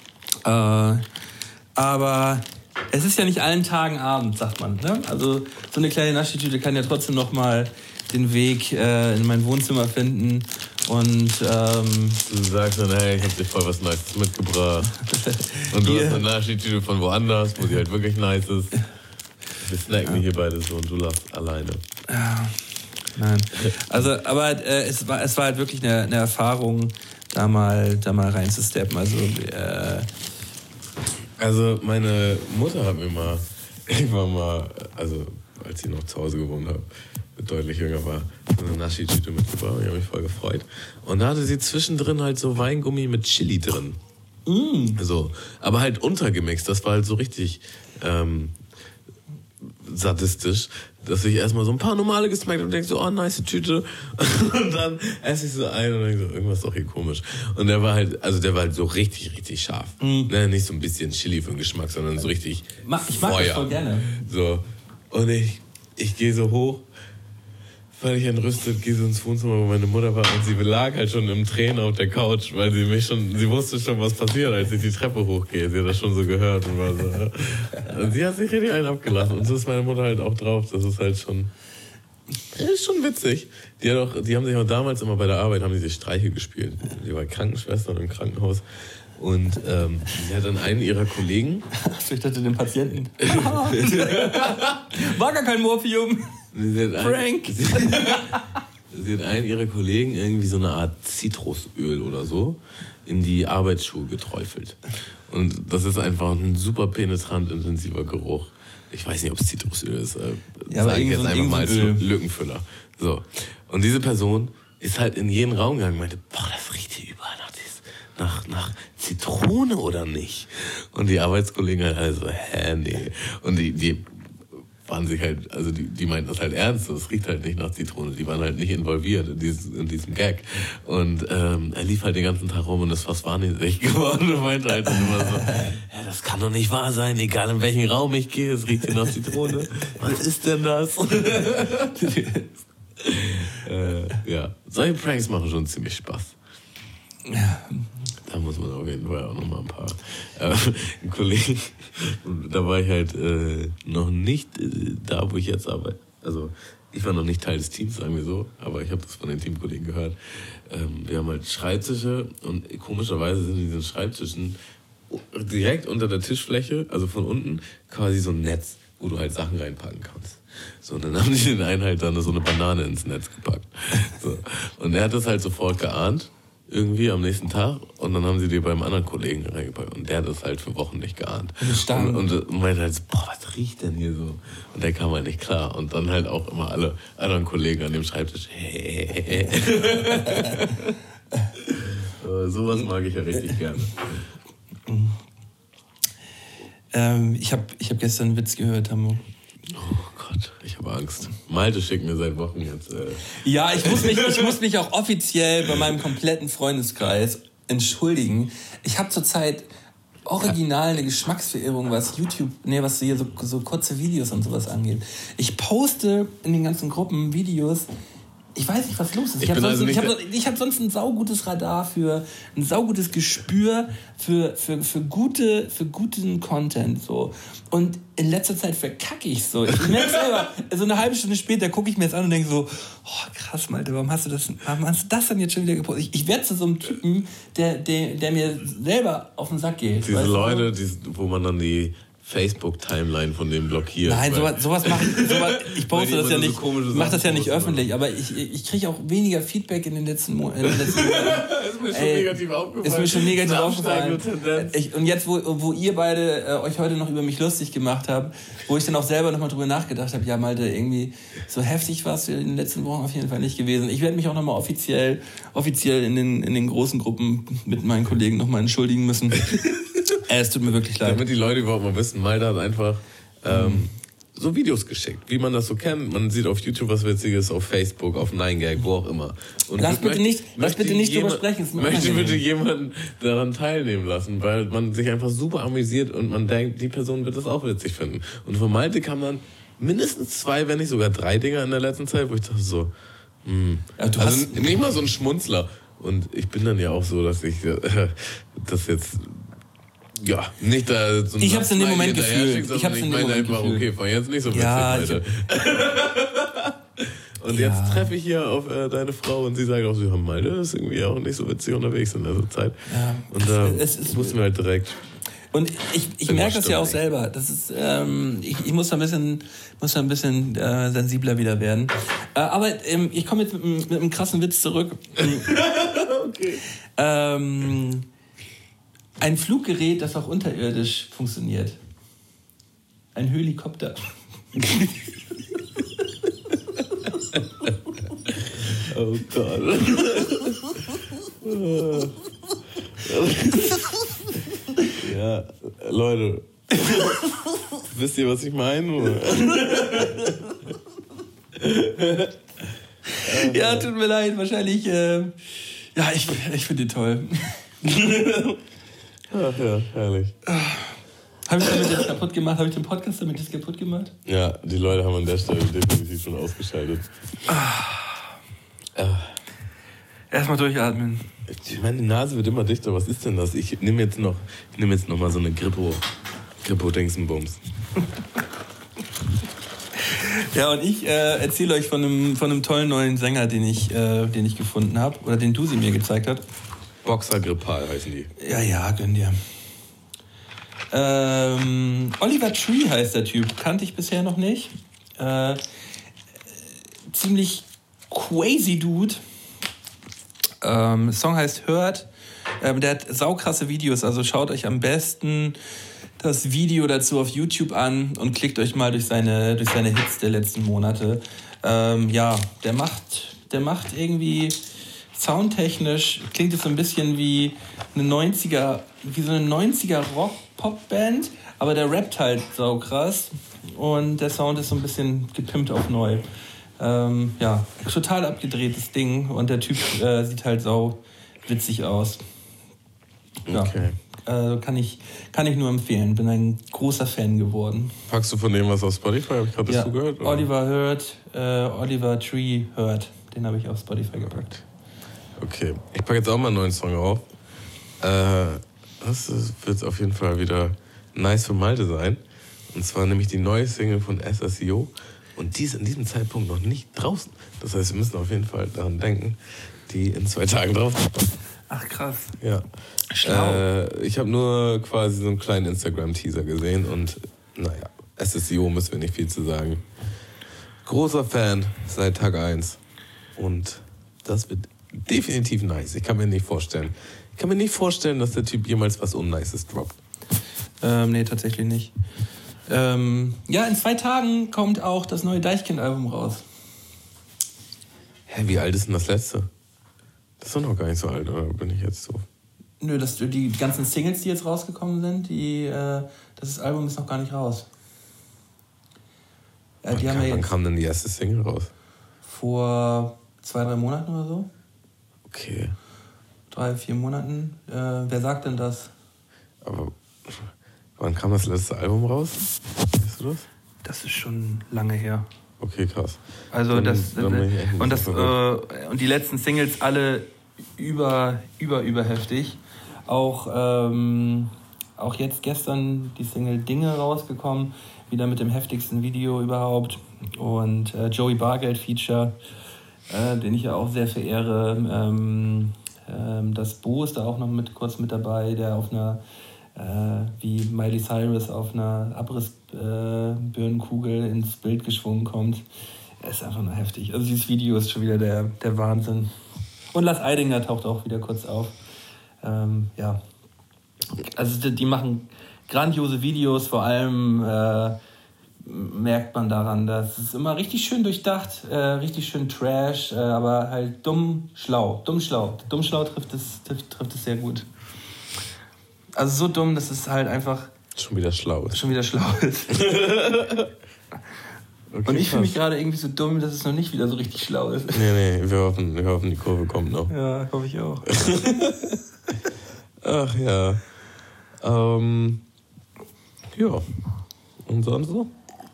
Aber es ist ja nicht allen Tagen Abend, sagt man. Ne? Also so eine kleine Naschi-Tüte kann ja trotzdem noch mal den Weg in mein Wohnzimmer finden. Und du sagst dann, hey, ich hab dir voll was Nices mitgebracht. Und du hast eine Naschi-Tüte von woanders, wo die halt wirklich nice ist. Wir snacken hier beide so und du lachst alleine. Ja, nein. Also, aber es war halt wirklich eine Erfahrung, da mal reinzusteppen. Also meine Mutter hat mir mal, irgendwann mal, also als sie noch zu Hause gewohnt hat, deutlich jünger war, eine Naschi-Tüte mitgebracht. Ich habe mich voll gefreut. Und da hatte sie zwischendrin halt so Weingummi mit Chili drin. So, aber halt untergemixt. Das war halt so richtig sadistisch, dass ich erstmal so ein paar normale gesmackt und denke so, oh, nice Tüte. Und dann esse ich so ein und denke so, irgendwas ist doch hier komisch. Und der war halt so richtig, richtig scharf. Ne, nicht so ein bisschen Chili für den Geschmack, sondern so richtig Ich mag das voll gerne. So. Und ich gehe so hoch, völlig entrüstet, gehe so ins Wohnzimmer, wo meine Mutter war und sie lag halt schon im Tränen auf der Couch, weil sie wusste schon, was passiert, als ich die Treppe hochgehe. Sie hat das schon so gehört und war so. Und sie hat sich richtig einen abgelassen. Und so ist meine Mutter halt auch drauf. Das ist halt schon. Ist schon witzig. Die haben sich auch damals immer bei der Arbeit haben die sich Streiche gespielt. Die war Krankenschwester im Krankenhaus. Und sie hat dann einen ihrer Kollegen. Ich dachte den Patienten. War gar kein Morphium. Frank. Sie hat einen ihrer Kollegen irgendwie so eine Art Zitrusöl oder so in die Arbeitsschuhe geträufelt. Und das ist einfach ein super penetrant intensiver Geruch. Ich weiß nicht, ob es Zitrusöl ist. Sage ich jetzt einfach mal als Lückenfüller. So. Und diese Person ist halt in jeden Raum gegangen und meinte, boah, das riecht hier überall nach Zitrone oder nicht? Und die Arbeitskollegen halt alle so, nee. Und die waren sich halt, also die meinten das halt ernst, das riecht halt nicht nach Zitrone, die waren halt nicht involviert in diesem Gag. Und er lief halt den ganzen Tag rum und ist fast wahnsinnig geworden und meinte halt immer so, ja, das kann doch nicht wahr sein, egal in welchen Raum ich gehe, es riecht hier nach Zitrone. Was ist denn das? Ja, solche Pranks machen schon ziemlich Spaß. Ja. Da muss man auf jeden Fall auch noch mal ein paar Kollegen. Da war ich halt noch nicht da, wo ich jetzt arbeite. Also ich war noch nicht Teil des Teams, sagen wir so, aber ich habe das von den Teamkollegen gehört. Wir haben halt Schreibtische und komischerweise sind in diesen Schreibtischen direkt unter der Tischfläche, also von unten, quasi so ein Netz, wo du halt Sachen reinpacken kannst. So, und dann haben die den einen halt dann so eine Banane ins Netz gepackt. So. Und er hat das halt sofort geahnt, irgendwie am nächsten Tag, und dann haben sie die beim anderen Kollegen reingepackt und der hat das halt für Wochen nicht geahnt. Und meinte halt so, boah, was riecht denn hier so? Und der kam halt nicht klar. Und dann halt auch immer alle anderen Kollegen an dem Schreibtisch. Sowas mag ich ja richtig gerne. Ich hab gestern einen Witz gehört, Hammo. Oh Gott, ich habe Angst. Malte schickt mir seit Wochen jetzt. Ja, ich muss mich auch offiziell bei meinem kompletten Freundeskreis entschuldigen. Ich habe zurzeit original eine Geschmacksverirrung, was was hier so kurze Videos und sowas angeht. Ich poste in den ganzen Gruppen Videos. Ich weiß nicht, was los ist. Ich hab sonst ein saugutes Radar ein saugutes Gespür für guten Content. So. Und in letzter Zeit verkacke ich so. Ich merke selber, so eine halbe Stunde später gucke ich mir jetzt an und denke so, oh krass, Malte, warum hast du das dann jetzt schon wieder gepostet? Ich werde zu so einem Typen, der mir selber auf den Sack geht. Diese Leute, wo man dann die Facebook-Timeline von dem blockiert. Nein, sowas mache ich poste das ja nicht, mache das ja nicht öffentlich, aber ich kriege auch weniger Feedback in den letzten Monaten. Ist mir schon negativ aufgefallen. Und jetzt, wo ihr beide euch heute noch über mich lustig gemacht habt, wo ich dann auch selber nochmal drüber nachgedacht habe, ja Malte, irgendwie so heftig war es in den letzten Wochen auf jeden Fall nicht gewesen. Ich werde mich auch nochmal offiziell in den großen Gruppen mit meinen Kollegen nochmal entschuldigen müssen. Es tut mir wirklich leid. Damit die Leute überhaupt mal wissen, Malte hat einfach so Videos geschickt, wie man das so kennt. Man sieht auf YouTube was Witziges, auf Facebook, auf 9gag, wo auch immer. Und lass bitte nicht drüber sprechen. Möchte bitte jemanden daran teilnehmen lassen, weil man sich einfach super amüsiert und man denkt, die Person wird das auch witzig finden. Und von Malte kam dann mindestens 2, wenn nicht sogar 3 Dinger in der letzten Zeit, wo ich dachte so, ja, also nicht mal so ein Schmunzler. Und ich bin dann ja auch so, dass ich das jetzt... Ja, nicht da so ein... Ich hab's in dem Moment gefühlt. Ich meine einfach, okay, fang jetzt nicht so witzig, Alter. Und jetzt treffe ich hier auf deine Frau und sie sagt auch, sie haben Malte, ist irgendwie auch nicht so witzig unterwegs in der Zeit. Ja. Und da mussten wir halt direkt... Und ich merke das ja auch selber. Das ist, ich muss da ein bisschen sensibler wieder werden. Aber ich komme jetzt mit einem krassen Witz zurück. Okay. Ein Fluggerät, das auch unterirdisch funktioniert. Ein Helikopter. Oh Gott. Ja, Leute. Wisst ihr, was ich meine? Ja, tut mir leid. Wahrscheinlich... ja, ich finde die toll. Ach ja, herrlich. Habe ich damit jetzt kaputt gemacht? Habe ich den Podcast damit jetzt kaputt gemacht? Ja, die Leute haben an der Stelle definitiv schon ausgeschaltet. Erstmal durchatmen. Meine Nase wird immer dichter. Was ist denn das? Ich nehme jetzt noch mal so eine Grippo-Dingsenbums. Ja, und ich erzähle euch von einem tollen neuen Sänger, den ich gefunden habe. Oder den Dusi mir gezeigt hat. Boxer Grippal heißen die. Ja, gönn dir. Oliver Tree heißt der Typ. Kannte ich bisher noch nicht. Ziemlich crazy Dude. Song heißt Hurt. Der hat saukrasse Videos. Also schaut euch am besten das Video dazu auf YouTube an und klickt euch mal durch seine Hits der letzten Monate. Ja, der macht irgendwie... Soundtechnisch klingt es so ein bisschen wie so eine 90er Rock-Pop-Band, aber der rappt halt so krass. und der Sound ist so ein bisschen gepimpt auf neu. Ja, total abgedrehtes Ding und der Typ sieht halt sau witzig aus. Ja. Okay. Kann ich nur empfehlen. Bin ein großer Fan geworden. Packst du von dem was auf Spotify? Habe ich gerade das zugehört? Oder? Oliver Tree Hurt. Den habe ich auf Spotify gepackt. Okay, ich packe jetzt auch mal einen neuen Song auf. Das wird auf jeden Fall wieder nice für Malte sein. Und zwar nämlich die neue Single von SSIO. Und die ist in diesem Zeitpunkt noch nicht draußen. Das heißt, wir müssen auf jeden Fall daran denken, die in 2 Tagen drauf zu packen. Ach krass. Ja. Schlau. Ich habe nur quasi so einen kleinen Instagram-Teaser gesehen und naja, SSIO müssen wir nicht viel zu sagen. Großer Fan seit Tag 1 und das wird definitiv nice. Ich kann mir nicht vorstellen, dass der Typ jemals was Unnices droppt. Nee, tatsächlich nicht. Ja, in 2 Tagen kommt auch das neue Deichkind-Album raus. Hä, wie alt ist denn das letzte? Das ist doch noch gar nicht so alt, oder bin ich jetzt so? Nö, die ganzen Singles, die jetzt rausgekommen sind, das Album ist noch gar nicht raus. Wann kam denn die erste Single raus? Vor 2-3 Monaten oder so. Okay. 3-4 Monaten. Wer sagt denn das? Aber wann kam das letzte Album raus? Weißt du das? Das ist schon lange her. Okay, krass. Also und die letzten Singles alle über heftig. Auch jetzt gestern die Single Dinge rausgekommen, wieder mit dem heftigsten Video überhaupt. Und Joey Bargeld Feature, den ich ja auch sehr verehre. Das Bo ist da auch noch kurz mit dabei, der auf einer wie Miley Cyrus auf einer Abrissbirnenkugel ins Bild geschwungen kommt. Er ist einfach nur heftig. Also dieses Video ist schon wieder der Wahnsinn. Und Lars Eidinger taucht auch wieder kurz auf. Ja. Also die machen grandiose Videos, vor allem merkt man daran, dass es immer richtig schön durchdacht, richtig schön Trash, aber halt dumm schlau. Dumm schlau trifft es sehr gut. Also so dumm, dass es halt einfach schon wieder schlau ist. Okay, und ich fühle mich gerade irgendwie so dumm, dass es noch nicht wieder so richtig schlau ist. Nee, wir hoffen, die Kurve kommt noch. Ja, hoffe ich auch. Ach ja. Ja. Und sonst so?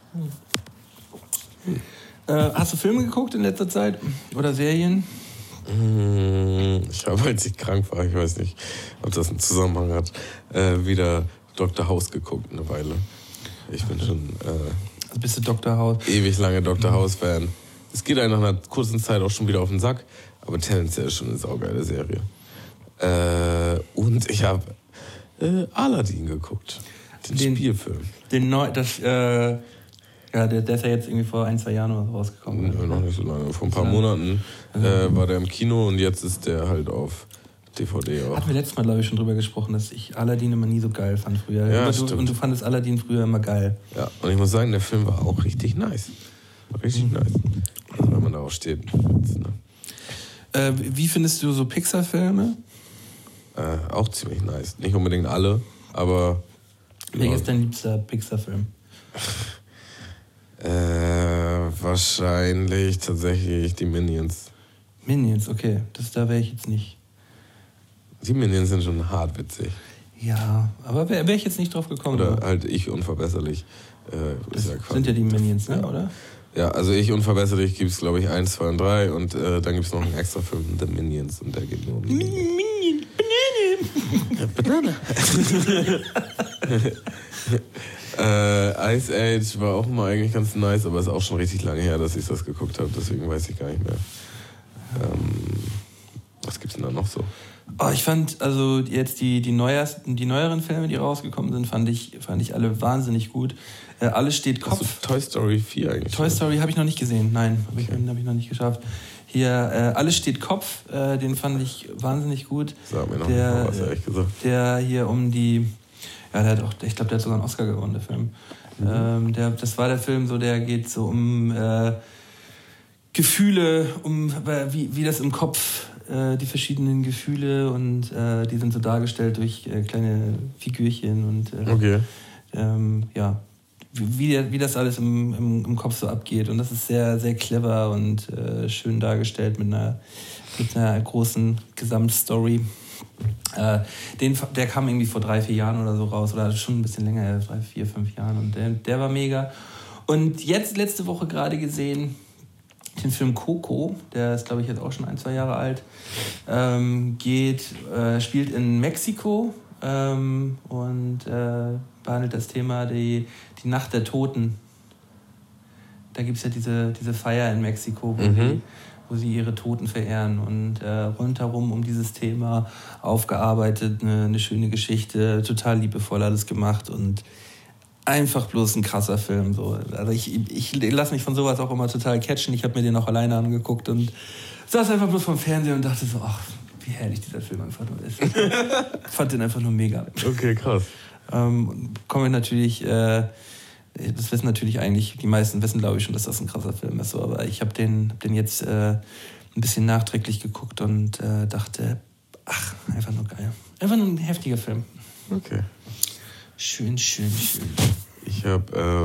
Hast du Filme geguckt in letzter Zeit? Oder Serien? Ich habe, als ich krank war, ich weiß nicht, ob das einen Zusammenhang hat, wieder Dr. House geguckt eine Weile. Ich bin schon bist du Dr. House? Ewig lange Dr. House-Fan. Es geht einem nach einer kurzen Zeit auch schon wieder auf den Sack, aber tendenziell ist schon eine saugeile Serie. Und ich habe Aladdin geguckt. Den Spielfilm. Der ist ja jetzt irgendwie vor 1-2 Jahren oder so rausgekommen. Ja, noch nicht so lange. Vor ein paar Monaten war der im Kino und jetzt ist der halt auf DVD auch. Hatten wir letztes Mal, glaube ich, schon drüber gesprochen, dass ich Aladdin immer nie so geil fand früher. Ja, und du fandest Aladdin früher immer geil. Ja, und ich muss sagen, der Film war auch richtig nice. Richtig nice. Also, wenn man darauf steht. Wie findest du so Pixar-Filme? Auch ziemlich nice. Nicht unbedingt alle, aber... Welcher ist dein liebster Pixar-Film? Wahrscheinlich tatsächlich die Minions. Minions, okay. Da wäre ich jetzt nicht. Die Minions sind schon hart witzig. Ja, aber wäre ich jetzt nicht drauf gekommen. Oder halt Ich unverbesserlich. Das sind ja die Minions, ne? Oder? Ja, also Ich unverbesserlich gibt es, glaube ich, 1, 2 und 3 und dann gibt es noch einen extra Film, The Minions, und der geht nur um die Minions. Banane. Ice Age war auch mal eigentlich ganz nice, aber ist auch schon richtig lange her, dass ich das geguckt habe, deswegen weiß ich gar nicht mehr. Was gibt's denn da noch so? Oh, ich fand, also jetzt die neueren Filme, die rausgekommen sind, fand ich alle wahnsinnig gut. Alles steht Kopf. Hast du Toy Story 4 eigentlich? Toy Story habe ich noch nicht gesehen, nein, hab ich noch nicht geschafft. Hier, Alles steht Kopf, den fand ich wahnsinnig gut. Sag mir noch mal was, ehrlich gesagt. Der hier ich glaube, der hat sogar einen Oscar gewonnen, der Film. Das war der Film, der geht so um Gefühle, wie das im Kopf, die verschiedenen Gefühle, und die sind so dargestellt durch kleine Figürchen und okay. wie das alles im Kopf so abgeht. Und das ist sehr, sehr clever und schön dargestellt mit einer großen Gesamtstory. Der kam irgendwie vor 3-4 Jahren oder so raus, oder schon ein bisschen länger, 3, 4, 5 Jahren. Und der war mega. Und jetzt letzte Woche gerade gesehen den Film Coco, der ist, glaube ich, jetzt auch schon 1-2 Jahre alt, spielt in Mexiko und behandelt das Thema die Nacht der Toten. Da gibt es ja diese Feier in Mexiko, wo sie ihre Toten verehren, und rundherum um dieses Thema aufgearbeitet, eine schöne Geschichte, total liebevoll alles gemacht und einfach bloß ein krasser Film. So. Also ich lasse mich von sowas auch immer total catchen. Ich habe mir den auch alleine angeguckt und saß einfach bloß vom Fernseher und dachte so, ach, wie herrlich dieser Film einfach nur ist. Ich fand den einfach nur mega. Okay, krass. Kommen wir natürlich, das wissen natürlich eigentlich, die meisten wissen, glaube ich, schon, dass das ein krasser Film ist. So. Aber ich habe den jetzt ein bisschen nachträglich geguckt und dachte, ach, einfach nur geil. Einfach nur ein heftiger Film. Okay. Schön. Ich habe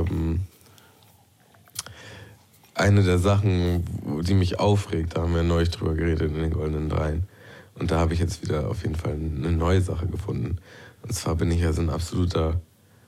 eine der Sachen, die mich aufregt, da haben wir neulich drüber geredet in den Goldenen Dreien. Und da habe ich jetzt wieder auf jeden Fall eine neue Sache gefunden. Und zwar bin ich ja so ein absoluter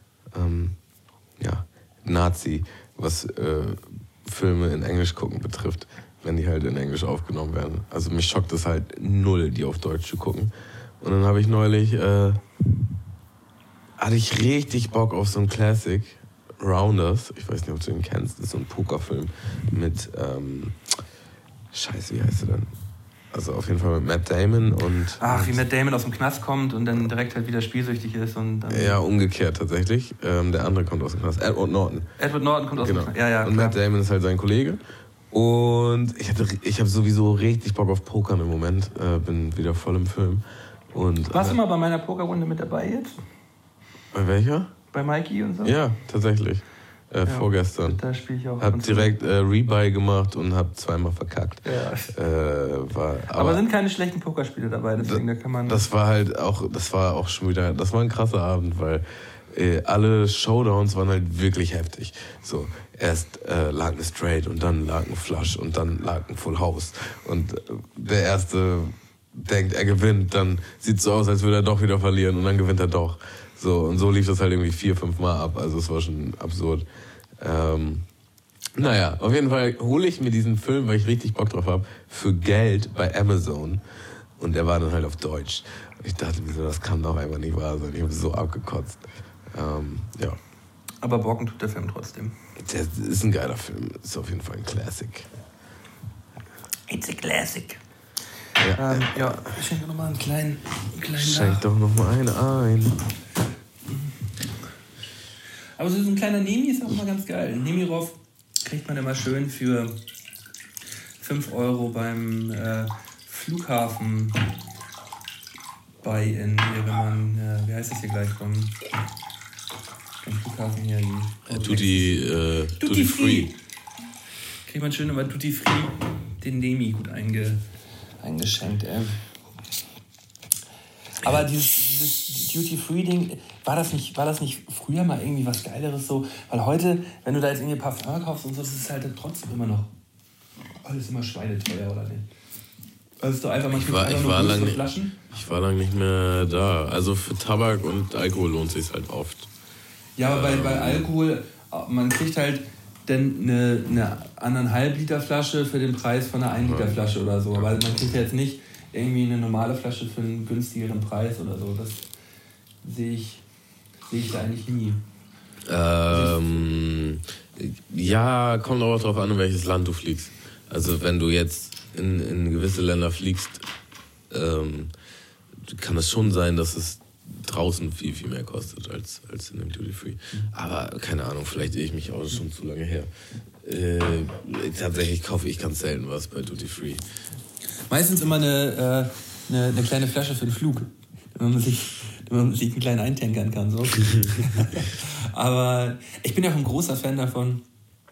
Nazi, was Filme in Englisch gucken betrifft, wenn die halt in Englisch aufgenommen werden. Also mich schockt es halt null, die auf Deutsch zu gucken. Und dann habe ich neulich... hatte ich richtig Bock auf so einen Classic, Rounders. Ich weiß nicht, ob du den kennst. Das ist so ein Pokerfilm mit, Scheiße, wie heißt der denn? Also auf jeden Fall mit Matt Damon und... Ach, wie Matt Damon aus dem Knast kommt und dann direkt halt wieder spielsüchtig ist und dann... Ja, umgekehrt tatsächlich. Der andere kommt aus dem Knast. Edward Norton. Edward Norton kommt aus dem Knast, ja. Und Matt Damon ist halt sein Kollege. Und ich habe sowieso richtig Bock auf Pokern im Moment. Bin wieder voll im Film. Und, warst du mal bei meiner Pokerrunde mit dabei jetzt? Bei welcher? Bei Mikey und so? Ja, tatsächlich. Vorgestern. Da spiele ich auch. Hab direkt Rebuy gemacht und hab zweimal verkackt. Ja. Aber sind keine schlechten Pokerspiele dabei, deswegen da kann man... Das war auch schon wieder, das war ein krasser Abend, weil alle Showdowns waren halt wirklich heftig. So, erst lag ein Straight und dann lag ein Flush und dann lag ein Full House. Und der Erste denkt, er gewinnt, dann sieht es so aus, als würde er doch wieder verlieren und dann gewinnt er doch. So, und so lief das halt irgendwie 4-5 Mal ab. Also es war schon absurd. Naja, auf jeden Fall hole ich mir diesen Film, weil ich richtig Bock drauf habe, für Geld bei Amazon. Und der war dann halt auf Deutsch. Und ich dachte mir so, das kann doch einfach nicht wahr sein. Ich habe so abgekotzt. Ja. Aber bocken tut der Film trotzdem. Der ist ein geiler Film. Ist auf jeden Fall ein Classic. It's a classic. Ja. Ich schenke nochmal einen kleinen Schenk doch nochmal einen ein. Aber so ein kleiner Nemi ist auch mal ganz geil. Nemirov kriegt man immer schön für 5 € beim Flughafen Buy-in hier, wenn man, wie heißt das hier gleich beim Flughafen hier? Duty Free. Kriegt man schön immer Duty Free den Nemi gut eingeschenkt, ey. Aber dieses Duty-Free-Ding, war das nicht früher mal irgendwie was Geileres so? Weil heute, wenn du da jetzt irgendwie ein Parfum kaufst und so, das ist halt trotzdem immer noch alles immer schweineteuer, oder nicht? Also ist doch einfach manchmal Flaschen. Ich war lange nicht mehr da. Also für Tabak und Alkohol lohnt sich halt oft. Ja, aber bei Alkohol, man kriegt halt dann eine 1,5 Liter Flasche für den Preis von einer 1 Liter Flasche oder so. Weil man kriegt jetzt nicht irgendwie eine normale Flasche für einen günstigeren Preis oder so. Das sehe ich da eigentlich nie. Ja, kommt auch drauf an, in welches Land du fliegst. Also wenn du jetzt in gewisse Länder fliegst, kann es schon sein, dass es draußen viel, viel mehr kostet als in dem Duty Free. Aber keine Ahnung, vielleicht sehe ich mich auch schon zu lange her. Tatsächlich kaufe ich ganz selten was bei Duty Free. Meistens immer eine kleine Flasche für den Flug, wenn man sich einen kleinen eintankern kann. So. Aber ich bin ja auch ein großer Fan davon,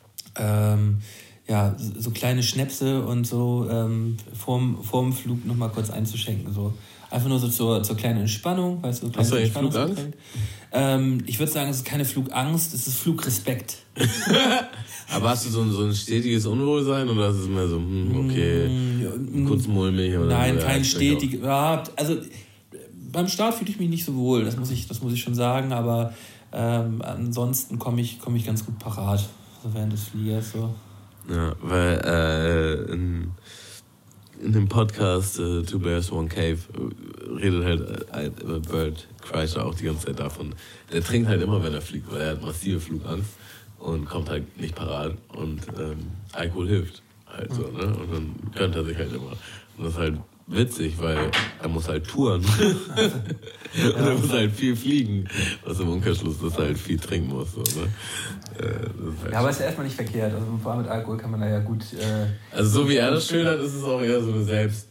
so kleine Schnäpse und so vorm Flug nochmal kurz einzuschenken. So. Einfach nur so zur kleinen Entspannung. Weißt du, hast du einen Flugangst? Ich würde sagen, es ist keine Flugangst, es ist Flugrespekt. Aber hast du so ein stetiges Unwohlsein oder ist es mehr so, okay, kurz mulmig? Oder nein, kein stetiges. Ja, also beim Start fühle ich mich nicht so wohl, das muss ich schon sagen, aber ansonsten komme ich ganz gut parat, so während des Fliegers. So. Ja, weil in dem Podcast Two Bears, One Cave redet halt Bert Kreischer auch die ganze Zeit davon. Der trinkt halt immer, wenn er fliegt, weil er hat massive Flugangst und kommt halt nicht parat und Alkohol hilft halt so, ne? Und dann gönnt er sich halt immer. Und das ist halt witzig, weil er muss halt touren. Und er muss halt viel fliegen, was im Umkehrschluss, dass er halt viel trinken muss. So, ne? Halt ja, aber ist ja erstmal nicht verkehrt. Also vor allem mit Alkohol kann man da ja gut... also so wie er das schildert, ist es auch eher so eine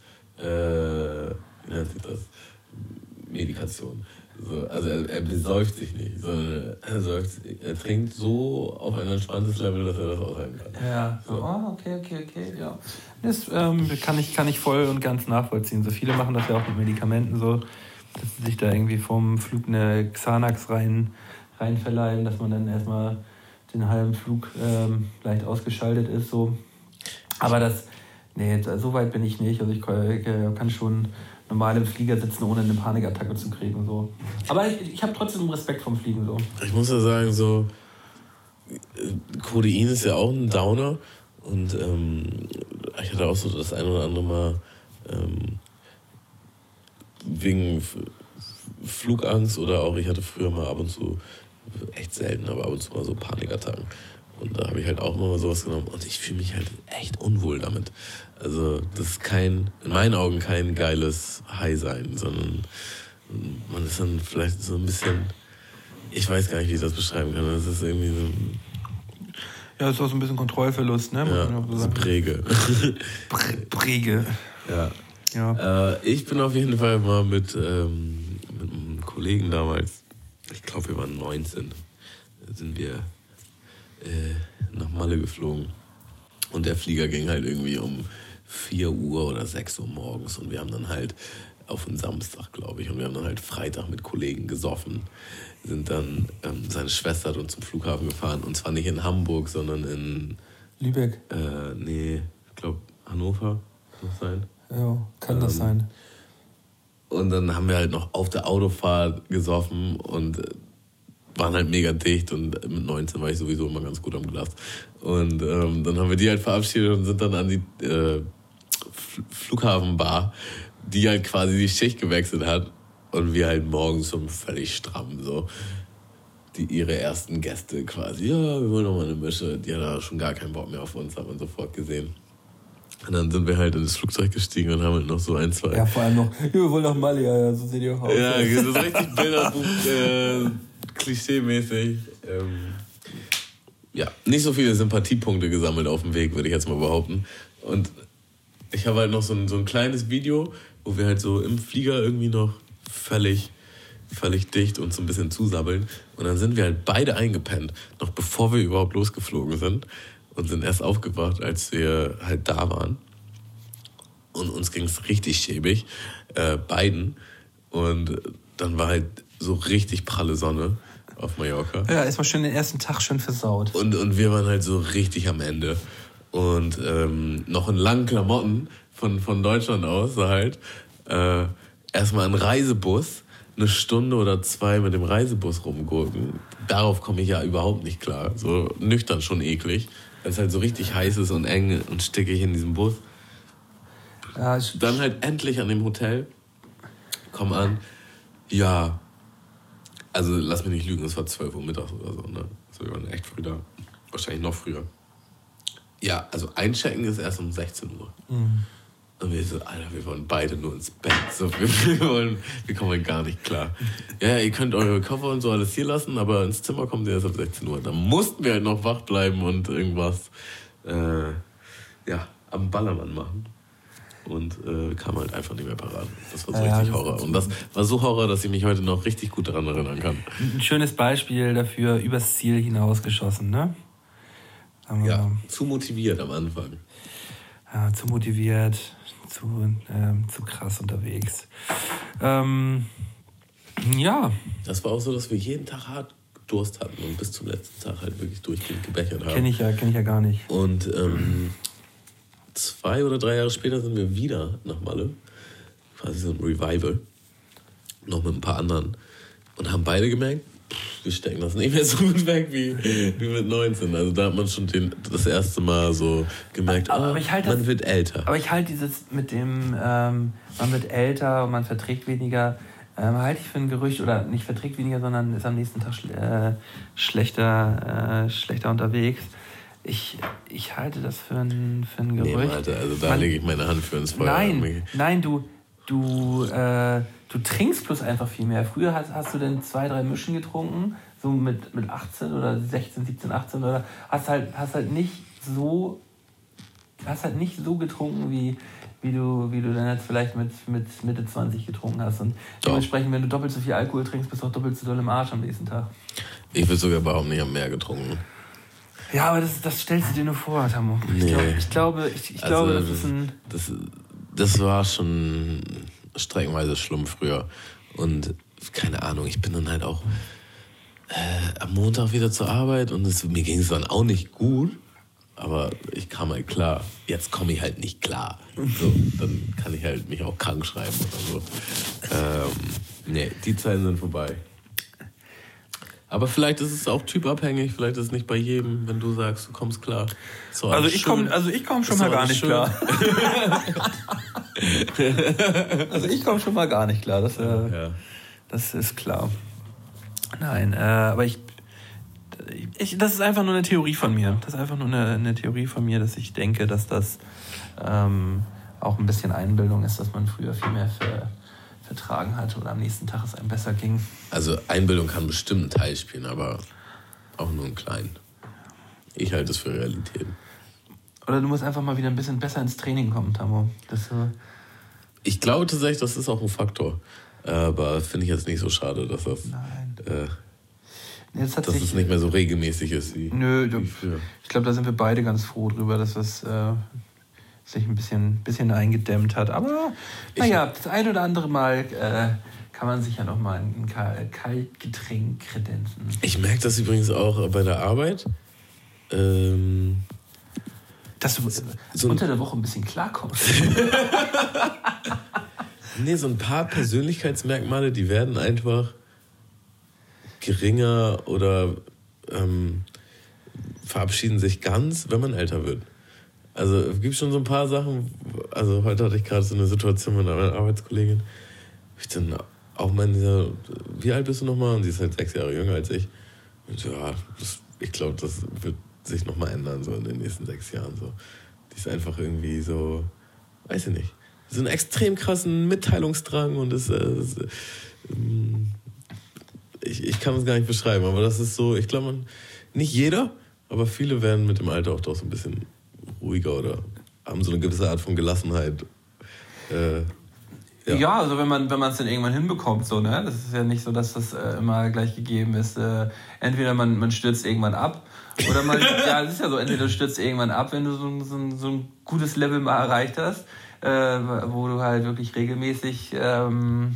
wie nennt sich das? Medikation. So, also er besäuft sich nicht, sondern er trinkt so auf ein entspanntes Level, dass er das aushalten kann. Ja, so. Okay, ja. Das kann ich voll und ganz nachvollziehen. So viele machen das ja auch mit Medikamenten so, dass sie sich da irgendwie vom Flug eine Xanax rein verleihen, dass man dann erstmal den halben Flug leicht ausgeschaltet ist. So. Aber so weit bin ich nicht. Also ich kann schon normal im Flieger sitzen, ohne eine Panikattacke zu kriegen. So. Aber ich habe trotzdem Respekt vom Fliegen. So. Ich muss ja sagen, so Codein ist ja auch ein Downer. Und ich hatte auch so das ein oder andere Mal wegen Flugangst oder auch, ich hatte früher mal ab und zu, echt selten, aber ab und zu mal so Panikattacken. Und da habe ich halt auch mal sowas genommen und ich fühle mich halt echt unwohl damit. Also das ist in meinen Augen kein geiles High-Sein, sondern man ist dann vielleicht so ein bisschen, ich weiß gar nicht, wie ich das beschreiben kann. Das ist irgendwie so... Ja, das ist auch so ein bisschen Kontrollverlust, ne? Ja, so Präge. Präge. Ja. Ich bin auf jeden Fall mal mit einem Kollegen damals, ich glaube wir waren 19, sind wir nach Malle geflogen. Und der Flieger ging halt irgendwie um 4 Uhr oder 6 Uhr morgens. Und wir haben dann halt auf einen Samstag, glaube ich, und wir haben dann halt Freitag mit Kollegen gesoffen. Sind dann, seine Schwester hat uns zum Flughafen gefahren. Und zwar nicht in Hamburg, sondern in... Lübeck? Nee, ich glaube Hannover, kann das sein? Ja, kann das sein. Und dann haben wir halt noch auf der Autofahrt gesoffen und waren halt mega dicht und mit 19 war ich sowieso immer ganz gut am Glas. Und dann haben wir die halt verabschiedet und sind dann an die Flughafenbar, die halt quasi die Schicht gewechselt hat und wir halt morgens so völlig stramm so. Ihre ersten Gäste quasi, ja, wir wollen noch mal eine Mische. Die hat da schon gar keinen Bock mehr auf uns, hat man sofort gesehen. Und dann sind wir halt in das Flugzeug gestiegen und haben halt noch so 1, 2... Ja, vor allem noch, wir wollen nach Mali, ja, so seht ihr auch aus. Ja, das ist richtig Bilderbuch, klischee-mäßig. Ja, nicht so viele Sympathiepunkte gesammelt auf dem Weg, würde ich jetzt mal behaupten. Und ich habe halt noch so ein kleines Video, wo wir halt so im Flieger irgendwie noch völlig dicht und so ein bisschen zusabbeln. Und dann sind wir halt beide eingepennt, noch bevor wir überhaupt losgeflogen sind. Und sind erst aufgewacht, als wir halt da waren. Und uns ging es richtig schäbig, beiden. Und dann war halt so richtig pralle Sonne auf Mallorca. Ja, erstmal schön den ersten Tag schön versaut. Und wir waren halt so richtig am Ende. Und noch in langen Klamotten von Deutschland aus halt. Erstmal ein Reisebus, 1 Stunde oder 2 mit dem Reisebus rumgurken. Darauf komme ich ja überhaupt nicht klar. So nüchtern schon eklig. Weil es halt so richtig heiß ist und eng und stickig in diesem Bus. Ja, dann halt endlich an dem Hotel. Komm an. Ja. Also lass mich nicht lügen, es war 12 Uhr mittags oder so. Ne? Also wir waren echt früh da. Wahrscheinlich noch früher. Ja, also einchecken ist erst um 16 Uhr. Mhm. Und wir so, Alter, wir wollen beide nur ins Bett. So, wir kommen halt gar nicht klar. Ja, ihr könnt eure Koffer und so alles hier lassen, aber ins Zimmer kommt ihr erst ab 16 Uhr. Da mussten wir halt noch wach bleiben und irgendwas am Ballermann machen. Und kam halt einfach nicht mehr parat. Das war so richtig Horror. Und das war so Horror, dass ich mich heute noch richtig gut daran erinnern kann. Ein schönes Beispiel dafür, übers Ziel hinausgeschossen, ne? Ja, zu motiviert am Anfang. Ja, zu motiviert, zu krass unterwegs. Ja. Das war auch so, dass wir jeden Tag hart Durst hatten und bis zum letzten Tag halt wirklich durchgehend gebechert haben. Kenn ich ja gar nicht. Und 2 oder 3 Jahre später sind wir wieder nach Malle. Quasi so ein Revival. Noch mit ein paar anderen. Und haben beide gemerkt, wir stecken das nicht mehr so gut weg wie mit 19. Also da hat man schon das erste Mal so gemerkt, man wird älter. Aber ich halte dieses mit dem, man wird älter und man verträgt weniger, halte ich für ein Gerücht, oder nicht verträgt weniger, sondern ist am nächsten Tag schlechter unterwegs. Ich halte das für ein Gerücht. Nee, Alter, also da lege ich meine Hand für ins Feuer. Nein, du trinkst bloß einfach viel mehr. Früher hast du denn 2, 3 Mischen getrunken, so mit 18 oder 16, 17, 18 oder hast halt nicht so getrunken, wie du dann jetzt vielleicht mit Mitte 20 getrunken hast. Und dementsprechend, wenn du doppelt so viel Alkohol trinkst, bist du auch doppelt so doll im Arsch am nächsten Tag. Ich würde sogar behaupten, ich habe mehr getrunken. Ja, aber das stellst du dir nur vor, Tammo. Nee. Ich glaube, das ist ein... Das war schon streckenweise schlimm früher. Und keine Ahnung, ich bin dann halt auch am Montag wieder zur Arbeit und mir ging es dann auch nicht gut, aber ich kam halt klar. Jetzt komme ich halt nicht klar. So, dann kann ich halt mich auch krank schreiben oder so. Nee, die Zeiten sind vorbei. Aber vielleicht ist es auch typabhängig, vielleicht ist es nicht bei jedem, wenn du sagst, du kommst klar. So, also ich komme schon mal gar nicht klar. Also ich komme schon mal gar nicht klar, das ist klar. Nein, aber das ist einfach nur eine Theorie von mir. Das ist einfach nur eine Theorie von mir, dass ich denke, dass das auch ein bisschen Einbildung ist, dass man früher viel mehr vertragen hat oder am nächsten Tag es einem besser ging. Also Einbildung kann bestimmt einen Teil spielen, aber auch nur einen kleinen. Ich halte es für Realität. Oder du musst einfach mal wieder ein bisschen besser ins Training kommen, Tammo. Ich glaube tatsächlich, das ist auch ein Faktor. Aber finde ich jetzt nicht so schade, dass das, dass es nicht mehr so regelmäßig ist wie früher. Ich glaube, da sind wir beide ganz froh drüber, dass das sich ein bisschen eingedämmt hat. Aber naja, das ein oder andere Mal kann man sich ja noch mal ein Kaltgetränk kredenzen. Ich merke das übrigens auch bei der Arbeit. Dass du so unter der Woche ein bisschen klarkommst. Nee, so ein paar Persönlichkeitsmerkmale, die werden einfach geringer oder verabschieden sich ganz, wenn man älter wird. Also es gibt schon so ein paar Sachen, also heute hatte ich gerade so eine Situation mit einer Arbeitskollegin, wo ich dann auch meine, wie alt bist du nochmal? Und sie ist halt 6 Jahre jünger als ich. Und ja, ich glaube, das wird sich nochmal ändern, so in den nächsten 6 Jahren. So. Die ist einfach irgendwie so, weiß ich nicht, so einen extrem krassen Mitteilungsdrang und ich kann es gar nicht beschreiben, aber das ist so, ich glaube, nicht jeder, aber viele werden mit dem Alter auch doch so ein bisschen ruhiger oder haben so eine gewisse Art von Gelassenheit. Ja, also wenn man es dann irgendwann hinbekommt, so, ne? Das ist ja nicht so, dass das immer gleich gegeben ist. Entweder man stürzt irgendwann ab oder das ist ja so, entweder du stürzt irgendwann ab, wenn du so ein gutes Level mal erreicht hast, wo du halt wirklich regelmäßig Ach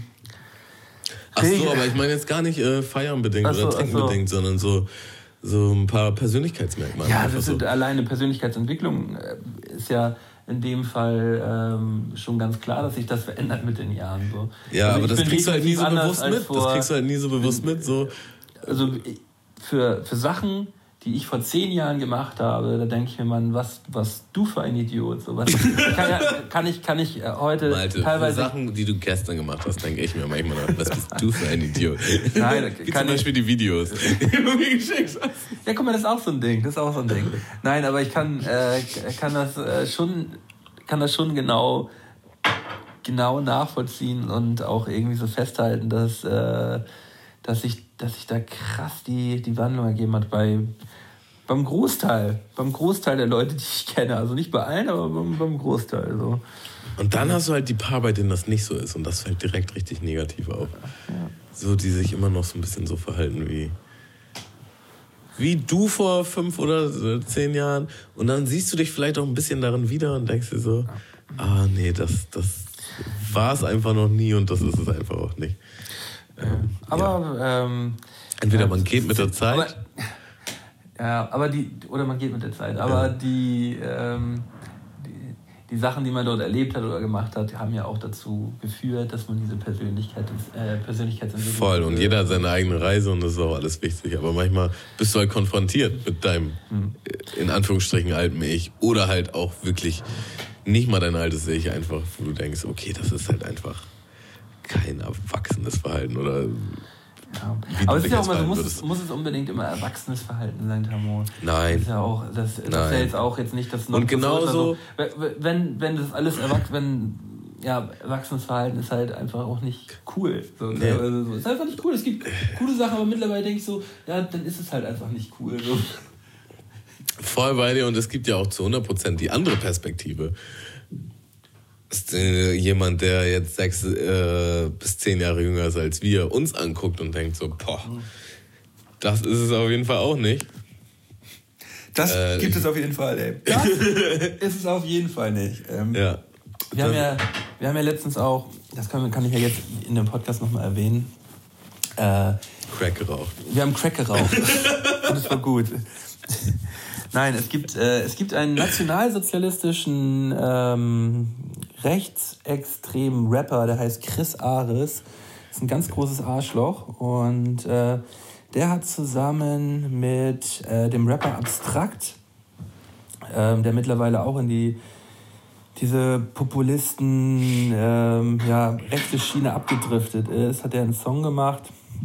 so, aber ich meine jetzt gar nicht feiernbedingt oder trinkenbedingt, sondern so ein paar Persönlichkeitsmerkmale. Ja, das sind alleine Persönlichkeitsentwicklung ist ja in dem Fall schon ganz klar, dass sich das verändert mit den Jahren. So. Ja, also aber das kriegst du halt nie so bewusst mit. Das kriegst du halt nie so bewusst mit. So. Also für Sachen, die ich vor 10 Jahren gemacht habe, da denke ich mir, Mann, was du für ein Idiot. So, kann ich heute Malte, teilweise... Für Sachen, die du gestern gemacht hast, denke ich mir manchmal, was bist du für ein Idiot? Nein, wie zum Beispiel die Videos, die du mir geschickt hast. Ja, guck mal, das ist auch so ein Ding. Nein, aber ich kann das schon genau nachvollziehen und auch irgendwie so festhalten, dass sich da krass die Wandlung ergeben hat beim Großteil der Leute, die ich kenne. Also nicht bei allen, aber beim Großteil. So. Und dann hast du halt die paar, bei denen das nicht so ist und das fällt direkt richtig negativ auf. Ja. So, die sich immer noch so ein bisschen so verhalten wie du vor 5 oder 10 Jahren und dann siehst du dich vielleicht auch ein bisschen darin wieder und denkst dir so, nee, das war es einfach noch nie und das ist es einfach auch nicht. Entweder man geht mit der Zeit. Oder man geht mit der Zeit. Aber die Sachen, die man dort erlebt hat oder gemacht hat, haben ja auch dazu geführt, dass man diese Persönlichkeitsentwicklung... Voll, und jeder hat seine eigene Reise und das ist auch alles wichtig. Aber manchmal bist du halt konfrontiert mit deinem, in Anführungsstrichen, alten Ich. Oder halt auch wirklich nicht mal dein altes Ich einfach, wo du denkst, okay, das ist halt einfach kein erwachsenes Verhalten oder... Ja. Aber es ist ja auch immer, muss es unbedingt immer erwachsenes Verhalten sein, Tamo. Nein. Das ist ja auch, das ist ja jetzt auch jetzt nicht das... Und genauso... Wenn das alles erwachsenes Verhalten ist halt einfach auch nicht cool. So, nee. Also, ist einfach nicht cool. Es gibt coole Sachen, aber mittlerweile denke ich so, ja, dann ist es halt einfach nicht cool. So. Voll bei dir und es gibt ja auch zu 100% die andere Perspektive. Ist jemand, der jetzt 6 bis 10 Jahre jünger ist als wir, uns anguckt und denkt so, boah, das ist es auf jeden Fall auch nicht. Das gibt es auf jeden Fall, ey. Das ist es auf jeden Fall nicht. Ja. Wir haben ja letztens auch, das kann ich ja jetzt in dem Podcast nochmal erwähnen. Crack geraucht. Wir haben Crack geraucht. Und das war gut. Nein, es gibt einen nationalsozialistischen rechtsextremen Rapper, der heißt Chris Ares. Das ist ein ganz großes Arschloch. Und der hat zusammen mit dem Rapper Abstrakt, der mittlerweile auch in diese Populisten, rechte Schiene abgedriftet ist, hat er einen Song gemacht.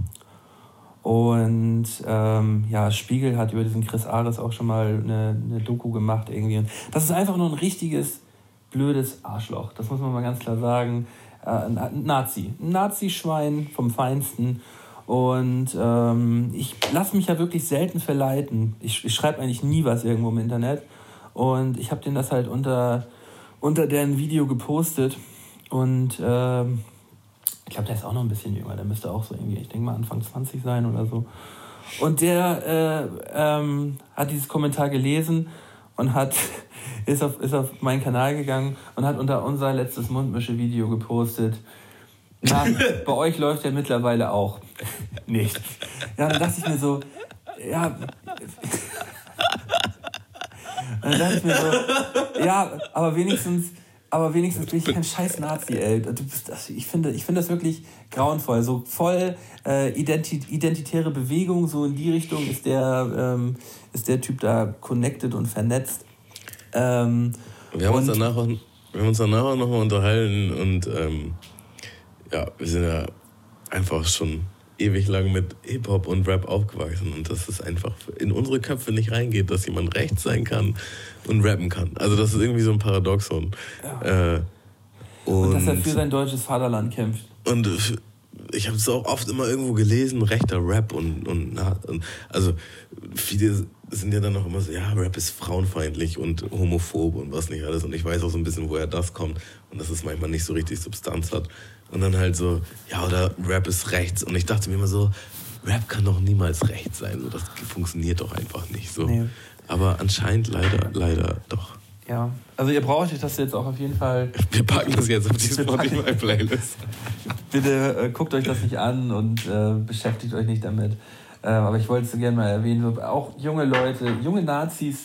Und Spiegel hat über diesen Chris Ares auch schon mal eine Doku gemacht irgendwie. Und das ist einfach nur ein richtiges, blödes Arschloch. Das muss man mal ganz klar sagen. Ein Nazi-Schwein vom Feinsten. Und ich lasse mich ja wirklich selten verleiten. Ich schreibe eigentlich nie was irgendwo im Internet. Und ich habe den das halt unter deren Video gepostet. Und ich glaube, der ist auch noch ein bisschen jünger. Der müsste auch so irgendwie, ich denke mal, Anfang 20 sein oder so. Und der hat dieses Kommentar gelesen und ist auf meinen Kanal gegangen und hat unter unser letztes Mundmische-Video gepostet. Na, bei euch läuft ja mittlerweile auch nicht. Ja, dann dachte ich mir so, ja... dann dachte ich mir so, ja, aber wenigstens bin ich kein scheiß Nazi, ey. Ich finde das wirklich grauenvoll. So voll identitäre Bewegung, so in die Richtung ist der Typ da connected und vernetzt. Wir haben uns danach auch nochmal unterhalten und wir sind ja einfach schon ewig lang mit Hip-Hop und Rap aufgewachsen und dass es einfach in unsere Köpfe nicht reingeht, dass jemand rechts sein kann und rappen kann. Also das ist irgendwie so ein Paradoxon. Ja. Und dass er für sein deutsches Vaterland kämpft. Und ich habe es auch oft immer irgendwo gelesen, rechter Rap und also viele sind ja dann auch immer so, ja, Rap ist frauenfeindlich und homophob und was nicht alles und ich weiß auch so ein bisschen, woher das kommt und dass es manchmal nicht so richtig Substanz hat. Und dann halt so, ja, oder Rap ist rechts. Und ich dachte mir immer so, Rap kann doch niemals rechts sein. So, das funktioniert doch einfach nicht so. Nee. Aber anscheinend leider doch. Ja, also ihr braucht euch das jetzt auch auf jeden Fall... Wir packen das jetzt auf die Spotify-Playlist. Bitte guckt euch das nicht an und beschäftigt euch nicht damit. Aber ich wollte es so gerne mal erwähnen. So, auch junge Leute, junge Nazis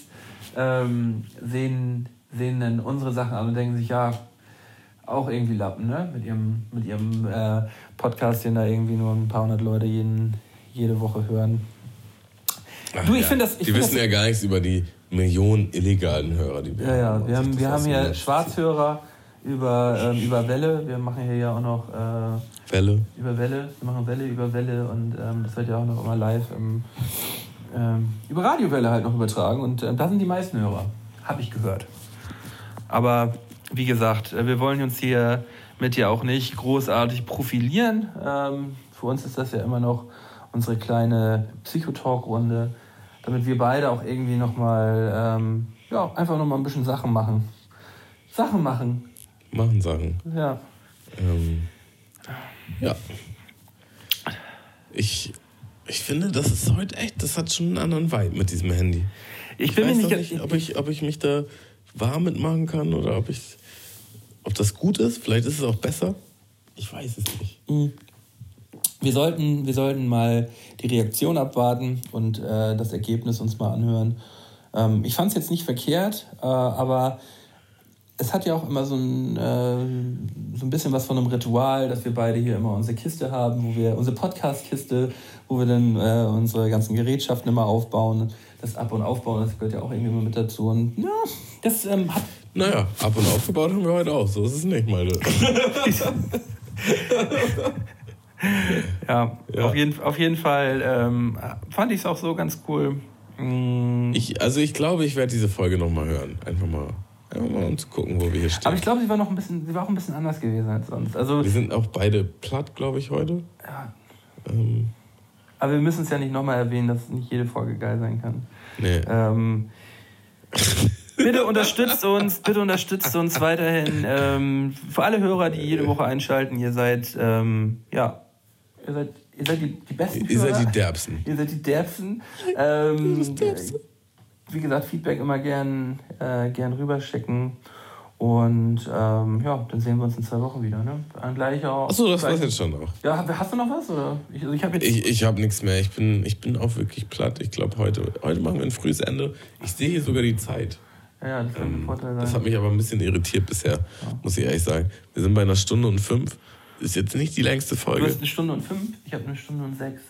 sehen dann unsere Sachen an und denken sich, ja... auch irgendwie Lappen, ne? Mit ihrem Podcast, den da irgendwie nur ein paar hundert Leute jede Woche hören. Du, ich finde das... Die wissen ja gar nichts über die Millionen illegalen Hörer, die wir haben. Ja, wir haben hier Schwarzhörer über Welle. Wir machen hier ja auch noch... Welle. Über Welle. Wir machen Welle über Welle und das wird ja auch noch immer live über Radiowelle halt noch übertragen. Und da sind die meisten Hörer. Habe ich gehört. Aber... Wie gesagt, wir wollen uns hier mit dir auch nicht großartig profilieren. Für uns ist das ja immer noch unsere kleine Psychotalk-Runde, damit wir beide auch irgendwie nochmal, einfach nochmal ein bisschen Sachen machen. Machen Sachen. Ja. Ja. Ich finde, das ist heute echt, das hat schon einen anderen Vibe mit diesem Handy. Ich weiß nicht, ob ich mich da warm mitmachen kann oder ob das gut ist. Vielleicht ist es auch besser. Ich weiß es nicht. Wir sollten mal die Reaktion abwarten und das Ergebnis uns mal anhören. Ich fand es jetzt nicht verkehrt, aber es hat ja auch immer so ein bisschen was von einem Ritual, dass wir beide hier immer unsere Kiste haben, unsere Podcast-Kiste, wo wir dann unsere ganzen Gerätschaften immer aufbauen. Das Ab- und Aufbauen, das gehört ja auch irgendwie immer mit dazu. Und ja, das hat... Naja, ab und aufgebaut haben wir heute auch. So ist es nicht, meine. Ja. Auf jeden Fall fand ich es auch so ganz cool. Ich glaube, ich werde diese Folge nochmal hören. Einfach mal um zu gucken, wo wir hier stehen. Aber ich glaube, sie war auch ein bisschen anders gewesen als sonst. Also, wir sind auch beide platt, glaube ich, heute. Ja. Aber wir müssen es ja nicht nochmal erwähnen, dass nicht jede Folge geil sein kann. Nee. Bitte unterstützt uns weiterhin. Für alle Hörer, die jede Woche einschalten, ihr seid die besten Hörer. Ihr seid die Derbsten. Ihr seid die Derbsten. Wie gesagt, Feedback immer gern rüberschicken. Und dann sehen wir uns in 2 Wochen wieder. Ne? Achso, das war's jetzt schon auch. Ja, hast du noch was? Oder? Ich habe nichts mehr. Ich bin auch wirklich platt. Ich glaube, heute machen wir ein frühes Ende. Ich sehe hier sogar die Zeit. Ja, das wird ein Vorteil sein. Das hat mich aber ein bisschen irritiert bisher, muss ich ehrlich sagen. Wir sind bei 1 Stunde und 5. Ist jetzt nicht die längste Folge. Du hast 1 Stunde und 5, ich habe 1 Stunde und 6.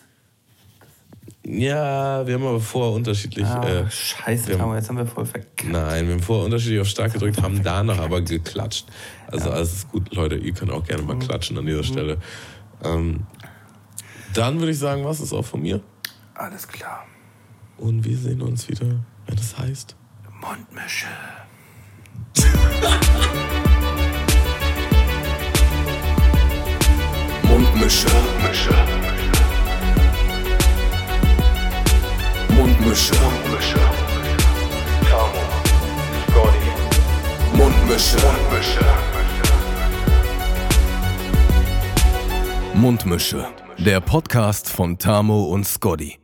Ja, wir haben aber vorher unterschiedlich... Scheiße, Tamo, jetzt haben wir voll verkackt. Nein, wir haben vorher unterschiedlich auf Start gedrückt, haben danach aber geklatscht. Also alles ist gut, Leute, ihr könnt auch gerne mal klatschen an dieser Stelle. Dann würde ich sagen, was ist auch von mir? Alles klar. Und wir sehen uns wieder, wenn es heißt... Mundmische. Mundmische. Mundmische. Tamo, Scotty. Mundmische. Mundmische. Der Podcast von Tamo und Scotty.